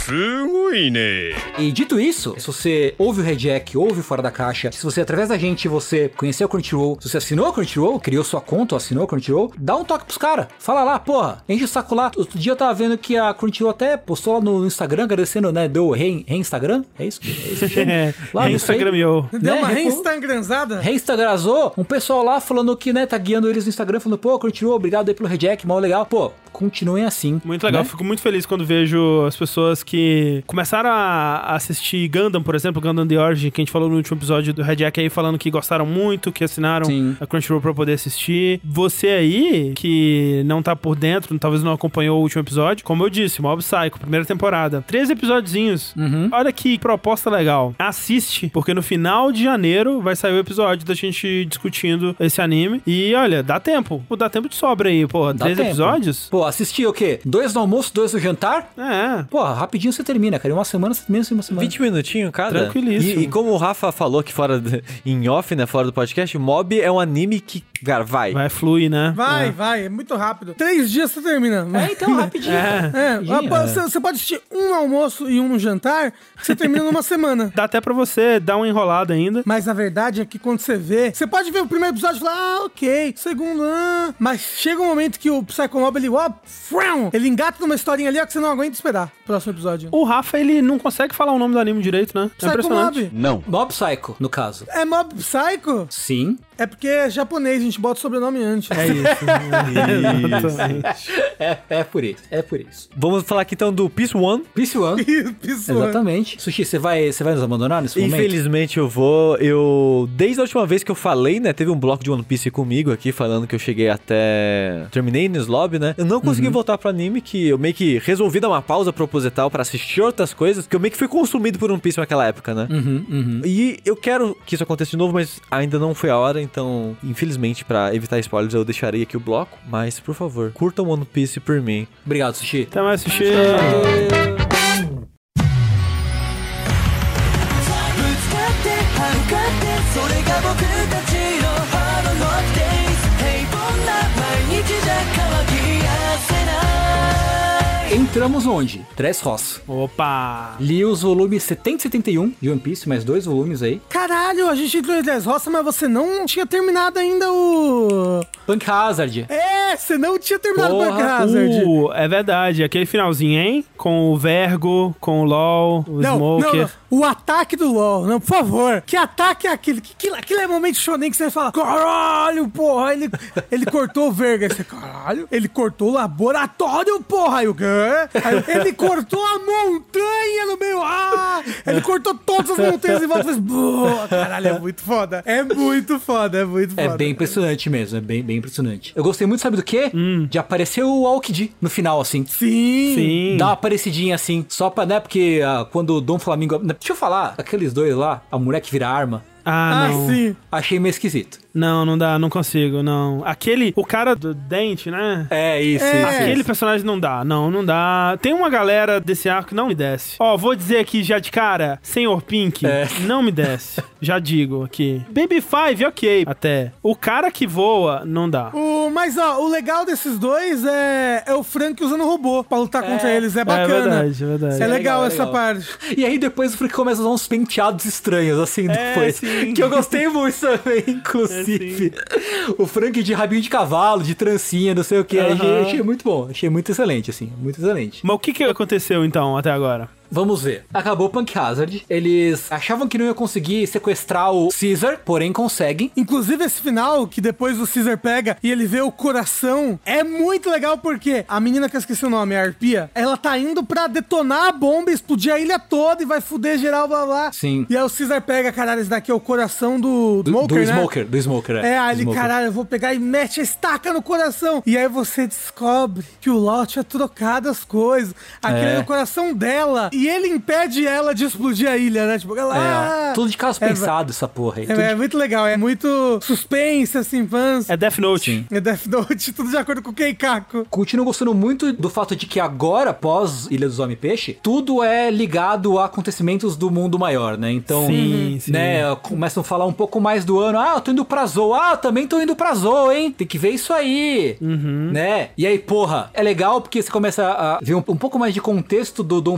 E dito isso, se você ouve o Rejack, ouve o Fora da Caixa, se você, através da gente, você conheceu o Crunchyroll, se você assinou o Crunchyroll, criou sua conta ou assinou o Crunchyroll, dá um toque pros caras. Fala lá, porra, enche o saco lá. Outro dia eu tava vendo que a Crunchyroll até postou lá no Instagram, agradecendo, né, deu re-instagram? É isso? É isso que é, re-instagramiou. Deu né? uma re-instagramzada? Re-instagramou. Um pessoal lá falando que, né, tá guiando eles no Instagram, falando, pô, Crunchyroll, obrigado aí pelo Rejack, mal legal. Pô, continuem assim. Muito legal, né? Fico muito feliz quando vejo as pessoas que começaram a assistir Gundam, por exemplo, Gundam The Origin, que a gente falou no último episódio do Rejack aí, falando que gostaram muito, que assinaram Sim. a Crunchyroll pra poder assistir. Você aí, que não tá por dentro, talvez não acompanhou o último episódio, como eu disse, Mob Psycho, primeira temporada. treze episódiozinhos. Uhum. Olha que proposta legal. Assiste, porque no final de janeiro vai sair o episódio da gente discutindo esse anime. E olha, dá tempo. Pô, dá tempo de sobra aí, porra. treze episódios? Pô, assistir o quê? Dois no almoço, dois no jantar? É. Porra, rapidinho você termina, cara. Em uma semana você termina, uma semana. vinte minutinhos, cara. Tranquilíssimo. E, e como o Rafa falou aqui fora, de, em off, né, fora do podcast, Mob é um anime que, cara, vai. Vai fluir, né? Vai, é. vai. É muito rápido. Três dias você termina. É, então, rapidinho. É. É. Você, você pode assistir um no almoço e um no jantar, que você termina numa semana. Dá até pra você dar uma enrolada ainda. Mas a verdade é que quando você vê, você pode ver o primeiro episódio e falar, ah, ok. Segundo, ah. Mas chega um momento que o Psycho Mob, ele, ó, ele engata numa historinha ali, ó, que você não aguenta esperar o próximo episódio. O Rafa, ele não consegue falar o nome do anime direito, né? É Psycho impressionante. Mob. Não. Mob Psycho, no caso. É Mob Psycho? Sim. É porque é japonês, a gente bota o sobrenome antes. É isso. é, é, é por isso, é por isso. Vamos falar aqui então do Piece One. Piece One. Piece One. Exatamente. Sushi, você vai, você vai nos abandonar nesse momento? Infelizmente eu vou. Eu, desde a última vez que eu falei, né, teve um bloco de One Piece comigo aqui, falando que eu cheguei até... Terminei nesse lobby, né? Eu não consegui uhum. voltar pro anime, que eu meio que resolvi dar uma pausa proposital pra assistir outras coisas, que eu meio que fui consumido por One Piece naquela época, né? Uhum, uhum. E eu quero que isso aconteça de novo, mas ainda não foi a hora, então, infelizmente, pra evitar spoilers, eu deixarei aqui o bloco. Mas, por favor, curtam One Piece por mim. Obrigado, Sushi. Até mais, Sushi. Entramos onde? Dressrosa. Opa! Li os volumes setenta e setenta e um de One Piece, mais dois volumes aí. Caralho, a gente entrou em Dressrosa, mas você não tinha terminado ainda o... Punk Hazard. É, você não tinha terminado Porra, o Punk Hazard. Uh, é verdade, aquele finalzinho, hein? Com o Vergo, com o LOL, o não, Smoker. Não, não. O ataque do LOL, não, por favor. Que ataque é aquele? Que, que, aquele é momento shonen que você fala, caralho, porra, ele, ele cortou o Verga. Você, caralho, ele cortou o laboratório, porra. Aí o quê? Aí, ele cortou a montanha no meio. Ah! Ele cortou todas as montanhas em volta. Fez, caralho, é muito foda. É muito foda, é muito foda. É bem impressionante mesmo, é bem, bem impressionante. Eu gostei muito, sabe do quê? Hum. De aparecer o Aokiji no final, assim. Sim. Sim. Dá uma aparecidinha assim, só pra, né, porque uh, quando o Dom Flamingo... Deixa eu falar, aqueles dois lá, a mulher que vira arma. Ah, ah não. sim. Achei meio esquisito. Não, não dá, não consigo, não. Aquele, o cara do dente, né? É, isso, é. isso. Aquele isso. personagem não dá, não, não dá. Tem uma galera desse arco que não me desce. Ó, vou dizer aqui já de cara, Senhor Pink, é. não me desce. Já digo aqui. Baby Five, ok, até. O cara que voa, não dá. O, mas, ó, o legal desses dois é, é o Frank usando robô pra lutar é. contra eles. É bacana. É verdade, é verdade. É, é legal, legal essa legal. parte. E aí depois o Frank começa a usar uns penteados estranhos, assim, É, depois. sim. Que eu gostei muito também, inclusive. É, o Frank de rabinho de cavalo, de trancinha, não sei o que. Uhum. Achei, achei muito bom. Achei muito excelente, assim. Muito excelente. Mas o que, que aconteceu, então, até agora? Vamos ver. Acabou o Punk Hazard. Eles achavam que não ia conseguir sequestrar o Caesar, porém conseguem. Inclusive esse final, que depois o Caesar pega e ele vê o coração, é muito legal porque a menina que eu esqueci o nome, a Arpia, ela tá indo pra detonar a bomba, explodir a ilha toda e vai fuder geral, blá blá. Sim. E aí o Caesar pega, caralho, esse daqui é o coração do, do Smoker, do né? Smoker, do Smoker, é. É, aí ele, Smoker. caralho, eu vou pegar e mete a estaca no coração. E aí você descobre que o Law tinha trocado as coisas. Aquele é no coração dela. E ele impede ela de explodir a ilha, né? Tipo, ela... É, tudo de caso é, pensado, essa porra aí. É, é de... muito legal, é muito suspense, assim, fãs. É Death Note. Sim. É Death Note, tudo de acordo com o Keikaku. Continuo gostando muito do fato de que agora, pós Ilha dos Homem-Peixe, tudo é ligado a acontecimentos do mundo maior, né? Então, sim, sim. né, começam a falar um pouco mais do ano. Ah, eu tô indo pra Zou. Ah, eu também tô indo pra Zou, hein? Tem que ver isso aí. Uhum. Né? E aí, porra, é legal porque você começa a ver um, um pouco mais de contexto do Dom Flamingo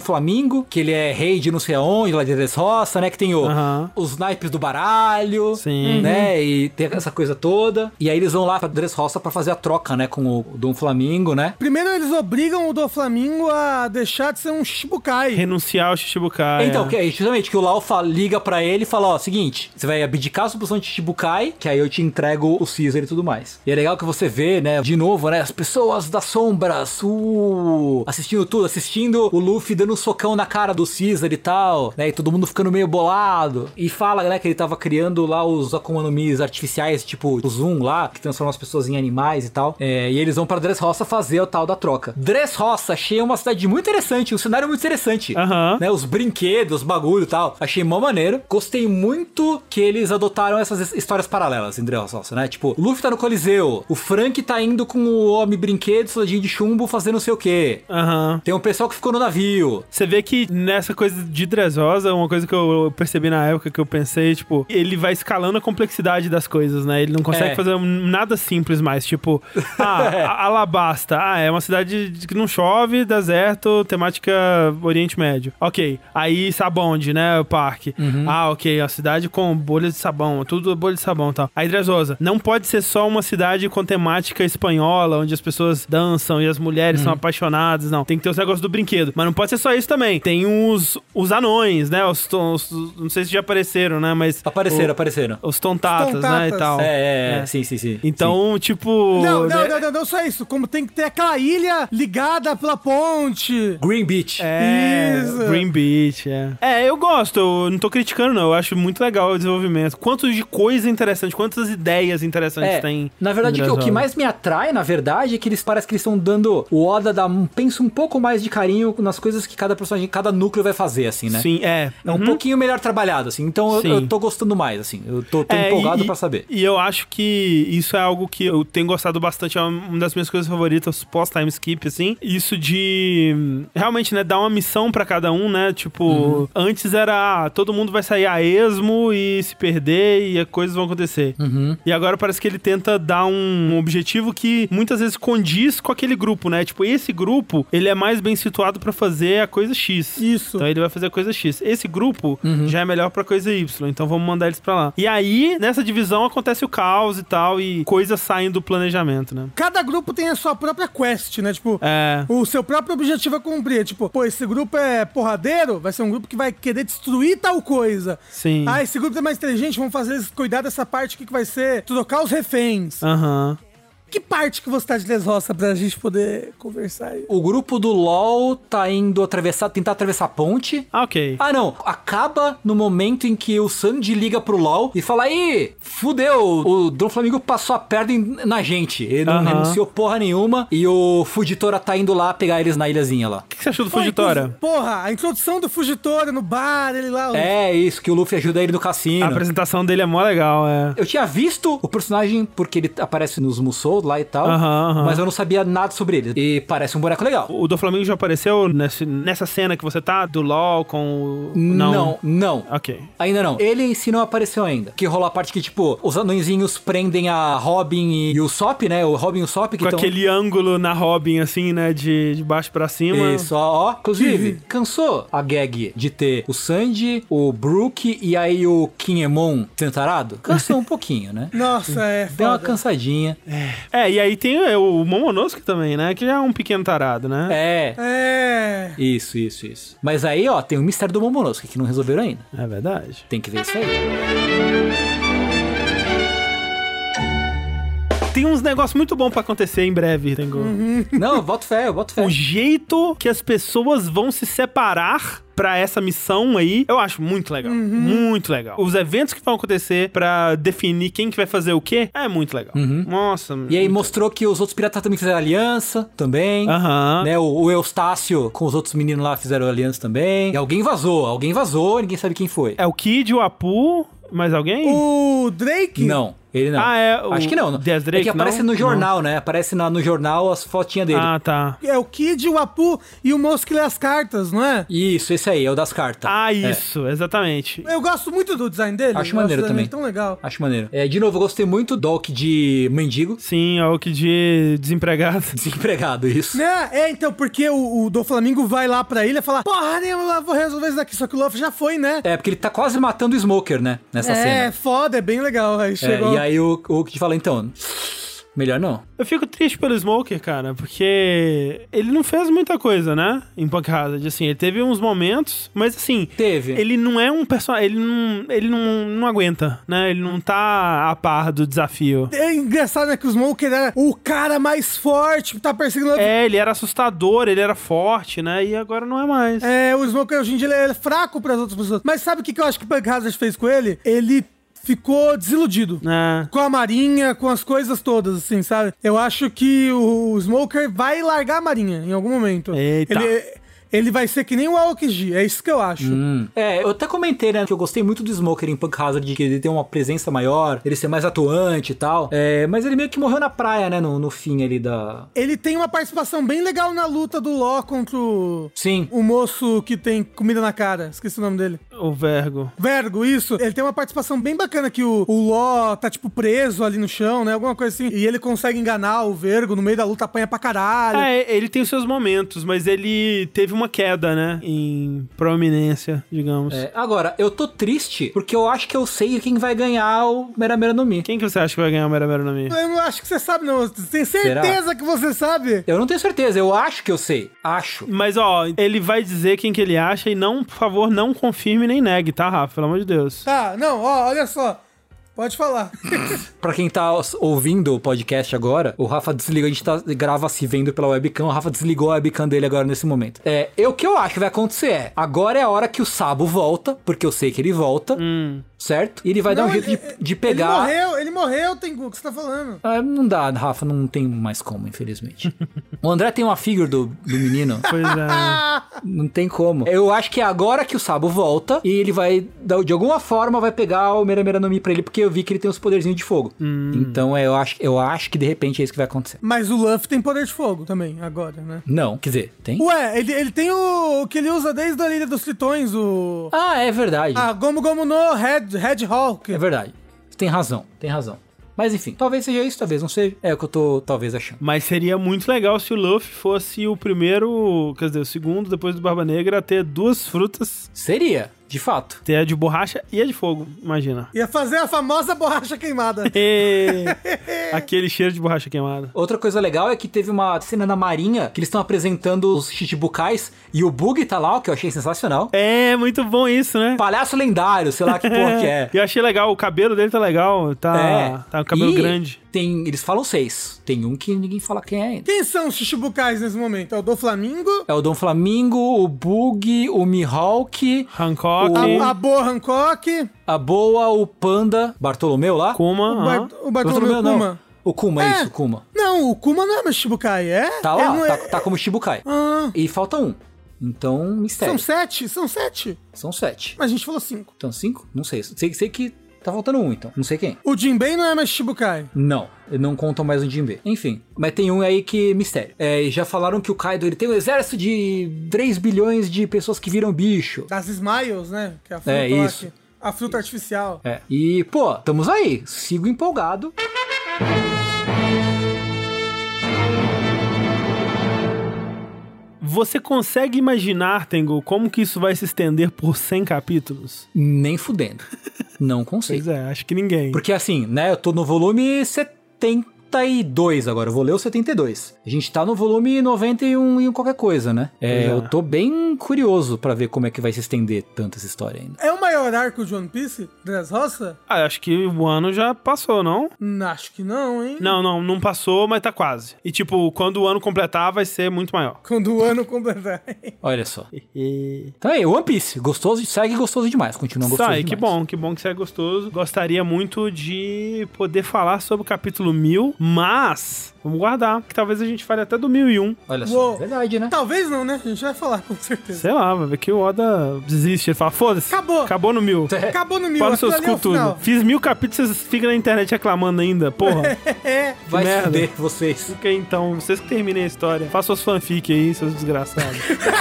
Flamingo, que ele é rei de não sei aonde, lá de Dressrosa, né? Que tem o, Aham. os naipes do baralho, Sim. né? E tem essa coisa toda. E aí eles vão lá pra Dressrosa pra fazer a troca, né? Com o Dom Flamingo, né? Primeiro eles obrigam o do Flamingo a deixar de ser um Shichibukai. Renunciar ao Shichibukai. Então, é. que é justamente que o Lau fa- liga pra ele e fala, ó, seguinte, você vai abdicar a sua posição de Shichibukai, que aí eu te entrego o Caesar e tudo mais. E é legal que você vê, né, de novo, né, as pessoas das sombras, uh, assistindo tudo, assistindo o Luffy dando um socão na cara do Caesar e tal, né, e todo mundo ficando meio bolado. E fala, né, que ele tava criando lá os Akuma no Mis artificiais, tipo o Zoom lá, que transforma as pessoas em animais e tal. É, e eles vão pra Dressrosa fazer o tal da troca. Dressrosa, achei uma cidade muito interessante, um cenário muito interessante. Aham. Né, os brinquedos, bagulho e tal. Achei mó maneiro. Gostei muito que eles adotaram essas histórias paralelas em Dressrosa, né? Tipo, o Luffy tá no Coliseu, o Frank tá indo com o Homem Brinquedo, soldadinho de chumbo, fazendo não sei o quê. Aham. Tem um pessoal que ficou no navio. Você vê que nessa coisa de Dressrosa, uma coisa que eu percebi na época, que eu pensei, tipo, ele vai escalando a complexidade das coisas, né? Ele não consegue É. fazer um- nada simples mais. Tipo, ah, a- Alabasta. Ah, é uma cidade de- que não chove, deserto, temática Oriente Médio. Ok. Aí Sabonde, né? O parque. Ah, ok. A cidade com bolhas de sabão. Tudo bolha de sabão e tal. Aí Dressrosa. Não pode ser só uma cidade com temática espanhola, onde as pessoas dançam e as mulheres são apaixonadas. Não. Tem que ter os negócios do brinquedo. Mas não pode ser só isso também. Tem os, os anões, né? Os, ton- os- não sei se já apareceram, né? Mas. Apareceram, o- apareceram. Os tontatas, Os né? E tontatas. tal. É, é, é. É. Sim, sim, sim. Então, tipo. Não, não, né? não, não, não só isso. Como tem que ter aquela ilha ligada pela ponte. Green Beach. É, Isso. Green Beach, é. É, eu gosto, eu não tô criticando, não. Eu acho muito legal o desenvolvimento. Quanto de coisa interessante, quantas ideias interessantes É, tem. na verdade, em o que Dressrosa. mais me atrai, na verdade, é que eles parecem que eles estão dando o Oda dá um, pensa um pouco mais de carinho nas coisas que cada personagem, cada núcleo vai fazer, assim, né? Sim, é. É um Uhum. pouquinho melhor trabalhado, assim. Então eu, Sim. eu tô gostando mais, assim. Eu tô, tô É, empolgado e, pra saber. E eu acho que isso é algo que eu tenho gostado bastante, é uma das minhas coisas favoritas pós-time skip, assim. Isso de realmente, né, dar uma missão pra cada um, né? Tipo, Uhum. antes era, ah, todo mundo vai sair a esmo e se perder e as coisas vão acontecer. Uhum. E agora parece que ele tenta dar um objetivo que muitas vezes condiz com aquele grupo, né? Tipo, esse grupo, ele é mais bem situado pra fazer a coisa X. Isso. Então ele vai fazer a coisa X. Esse grupo Uhum. já é melhor pra coisa Y, então vamos mandar eles pra lá. E aí, nessa divisão, acontece o caos e tal, e coisas saem do planejamento, né? Cada grupo tem a sua própria quest, né? Tipo, É. o seu próprio objetivo a cumprir. Tipo, pô, esse grupo é porradeiro, vai ser um grupo que vai querer destruir tal coisa. Sim. Ah, esse grupo é mais inteligente, vamos fazer eles cuidar dessa parte aqui que vai ser trocar os reféns. Aham. Que parte que você tá de Dressrosa pra gente poder conversar aí? O grupo do LoL tá indo atravessar, tentar atravessar a ponte. Ah, ok. Ah, não. Acaba no momento em que o Sanji liga pro LoL e fala, aí, fudeu, o Dom Flamingo passou a perna em- na gente. Ele não Aham. renunciou porra nenhuma e o Fujitora tá indo lá pegar eles na ilhazinha lá. O que você achou do Pô, Fujitora? inclusive, Porra, a introdução do Fujitora no bar, ele lá. É isso, que o Luffy ajuda ele no cassino. A apresentação dele é mó legal, é. Eu tinha visto o personagem porque ele aparece nos Musou lá e tal, Aham, aham. mas eu não sabia nada sobre ele. E parece um boneco legal. O do Flamengo já apareceu nesse, nessa cena que você tá, do LoL com o... Não, não. Ok. Ainda não. Ele em si não apareceu ainda. Que rolou a parte que, tipo, os anõezinhos prendem a Robin e, e o Sop, né? O Robin e o Sop. Que Com tão... aquele ângulo na Robin, assim, né, de, de baixo pra cima. Isso, ó, ó. Inclusive, cansou a gag de ter o Sanji, o Brook e aí o Kinemon tentarado? Cansou um pouquinho, né? Nossa, é Deu uma foda. cansadinha. É, e aí tem o Momonosuke também, né, que já é um pequeno tarado, né? É. É. Isso, isso, isso. Mas aí, ó, tem o mistério do Momonosuke que não resolveram ainda. É verdade. Tem que ver isso aí. Tem uns negócios muito bons pra acontecer em breve, Tengu. Não, eu boto fé, eu boto fé. O jeito que as pessoas vão se separar pra essa missão aí, eu acho muito legal. Muito legal. Os eventos que vão acontecer pra definir quem que vai fazer o quê, é muito legal. Nossa. E aí muito mostrou que os outros piratas também fizeram aliança, também. Aham. Né, o, o Eustácio com os outros meninos lá fizeram aliança também. E alguém vazou, alguém vazou, ninguém sabe quem foi. É o Kid, o Apu, mais alguém? O Drake? Não. Ele não. Ah, é, o Acho que não. Diaz Drake, é que aparece não? no jornal, Não. né? Aparece na, no jornal as fotinhas dele. Ah, tá. É o Kid, o Apu e o moço que lê as cartas, não é? Isso, esse aí, é o das cartas. Ah, É. isso, exatamente. Eu gosto muito do design dele. Acho eu maneiro gosto também. dele, tão legal. Acho maneiro. É, de novo, eu gostei muito do Hulk de mendigo. Sim, é o que de desempregado. Desempregado, isso. Né? É, então, porque o, o Doflamingo vai lá pra ilha e fala, porra, nem eu vou resolver isso daqui. Só que o Luffy já foi, né? É, porque ele tá quase matando o Smoker, né? Nessa é, cena. É, foda, é bem legal. Aí É, chegou... e aí o, o Hulk fala, então, melhor não. Eu fico triste pelo Smoker, cara, porque ele não fez muita coisa, né? Em Punk Hazard, assim, ele teve uns momentos, mas assim... Teve. Ele não é um personagem, ele não, ele não, não aguenta, né? Ele não tá a par do desafio. É engraçado, né, que o Smoker era o cara mais forte, tá perseguindo... É, ele era assustador, ele era forte, né? E agora não é mais. É, o Smoker hoje em dia ele é fraco pras outras pessoas. Mas sabe o que, que eu acho que o Punk Hazard fez com ele? Ele... ficou desiludido é. com a marinha, com as coisas todas, assim, sabe? Eu acho que o Smoker vai largar a marinha em algum momento. Eita. Ele, ele vai ser que nem o Aokiji, é isso que eu acho. Hum. É, eu até comentei, né, que eu gostei muito do Smoker em Punk Hazard, que ele tem uma presença maior, ele ser mais atuante e tal. É, mas ele meio que morreu na praia, né, no, no fim ali da... Ele tem uma participação bem legal na luta do Law contra o... Sim. O moço que tem comida na cara, esqueci o nome dele. O Vergo. Vergo, isso. Ele tem uma participação bem bacana que o, o Law tá, tipo, preso ali no chão, né, alguma coisa assim. E ele consegue enganar o Vergo no meio da luta, apanha pra caralho. É, ele tem os seus momentos, mas ele teve uma queda, né, em proeminência, digamos. É, agora, eu tô triste porque eu acho que eu sei quem vai ganhar o Mera Mera no Mi. Quem que você acha que vai ganhar o Mera Mera no Mi? Eu não acho que você sabe, não. Você tem certeza Será? que você sabe? Eu não tenho certeza, eu acho que eu sei. Acho. Mas, ó, ele vai dizer quem que ele acha e não, por favor, não confirme nem negue, tá, Rafa? Pelo amor de Deus. Tá, não, ó, olha só. Pode falar. Pra quem tá ouvindo o podcast agora, o Rafa desligou, a gente tá, grava se vendo pela webcam, o Rafa desligou a webcam dele agora nesse momento. É, eu, o que eu acho que vai acontecer é, agora é a hora que o Sabo volta, porque eu sei que ele volta, hum. certo? E ele vai não, dar um jeito ele, de, de pegar... Ele morreu, ele morreu, Tengu, o que você tá falando? Ah, não dá, Rafa, não tem mais como, infelizmente. O André tem uma figure do, do menino. Pois é. Não tem como. Eu acho que é agora que o Sabo volta e ele vai, de alguma forma, vai pegar o Mera Mera no Mi pra ele, porque eu vi que ele tem os poderzinhos de fogo. Hum. Então eu acho, eu acho que de repente é isso que vai acontecer. Mas o Luffy tem poder de fogo também, agora, né? Não, quer dizer, tem? Ué, ele, ele tem o, o que ele usa desde a Ilha dos Tritões, o... Ah, é verdade. Ah, Gomu Gomu no Red, Red Hulk. É verdade. Tem razão, tem razão. Mas enfim, talvez seja isso, talvez não seja. É o que eu tô talvez achando. Mas seria muito legal se o Luffy fosse o primeiro, quer dizer, o segundo, depois do Barba Negra, a ter duas frutas. Seria, de fato. Ter a de borracha e a de fogo, imagina. Ia fazer a famosa borracha queimada. Aquele cheiro de borracha queimada. Outra coisa legal é que teve uma cena na marinha que eles estão apresentando os Chichibukais e o Bug tá lá, o que eu achei sensacional. É, muito bom isso, né? Palhaço lendário, sei lá que porra que é. Eu achei legal, o cabelo dele tá legal, tá, É. tá um cabelo E grande. Tem, eles falam seis. Tem um que ninguém fala quem é ainda. Quem são os Chichibukais nesse momento? É o Doflamingo? É o Dom Flamingo, o Bug, o Mihawk, Hancock, A, a Boa Hancock? a Boa, o Panda, Bartolomeu lá. Kuma, O, Bar aham. o Bartolomeu não. Kuma? O Kuma, É. isso, o Kuma. Não, o Kuma não é mais Chichibukai, é? Tá Ele lá, não tá, é- tá como Shibukai. Ah, E falta um. Então, mistério. são sete? São sete? São sete. Mas a gente falou cinco. Então, cinco? Não sei. Sei, sei que tá faltando um, então. Não sei quem. O Jinbei não é mais Chichibukai. Não, não contam mais o Jinbe. Enfim, mas tem um aí que mistério. É, e já falaram que o Kaido ele tem um exército de três bilhões de pessoas que viram bicho. Das Smiles, né? Que é a fruta É, lá isso. que- a fruta artificial. É. E, pô, estamos aí. Sigo empolgado. Você consegue imaginar, Tengu, como que isso vai se estender por cem capítulos? Nem fudendo. Não consigo. Pois é, acho que ninguém. Porque assim, né, eu tô no volume setenta e dois agora, eu vou ler o setenta e dois. A gente tá no volume noventa e um e um qualquer coisa, né? É, Pois é. eu tô bem curioso pra ver como é que vai se estender tanto essa história ainda. É o maior arco de One Piece? Dressrosa? Ah, acho que o ano já passou, não? Hum, Acho que não, hein? Não, não, não passou, mas tá quase. E tipo, quando o ano completar, vai ser muito maior. Quando o ano completar. Olha só. E... Então aí, One Piece, gostoso, segue gostoso demais, continua gostoso Sai, demais. que bom, que bom que você é gostoso. Gostaria muito de poder falar sobre o capítulo mil, Mas, vamos guardar, que talvez a gente fale até do mil e um. Olha só, Uou. é verdade, né? Talvez não, né? A gente vai falar, com certeza. Sei lá, vai ver que o Oda desiste. Ele fala, foda-se. Acabou. Acabou no mil. Acabou no mil. Para os aquilo seus ali é o culturos. final. Fiz mil capítulos, vocês ficam na internet reclamando ainda. Porra. É. Vai se merda. fuder vocês. Fica aí, então, vocês que terminem a história. Façam suas fanfic aí, seus desgraçados.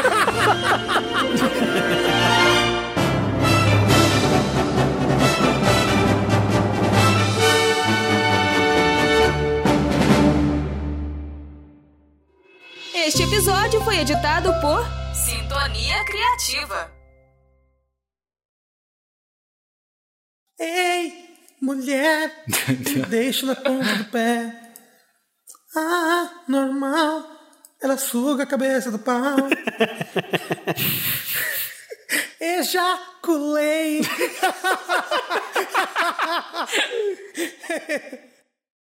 Este episódio foi editado por Sintonia Criativa. Ei, mulher, me deixa na ponta do pé. Ah, normal, ela suga a cabeça do pau. Ejaculei.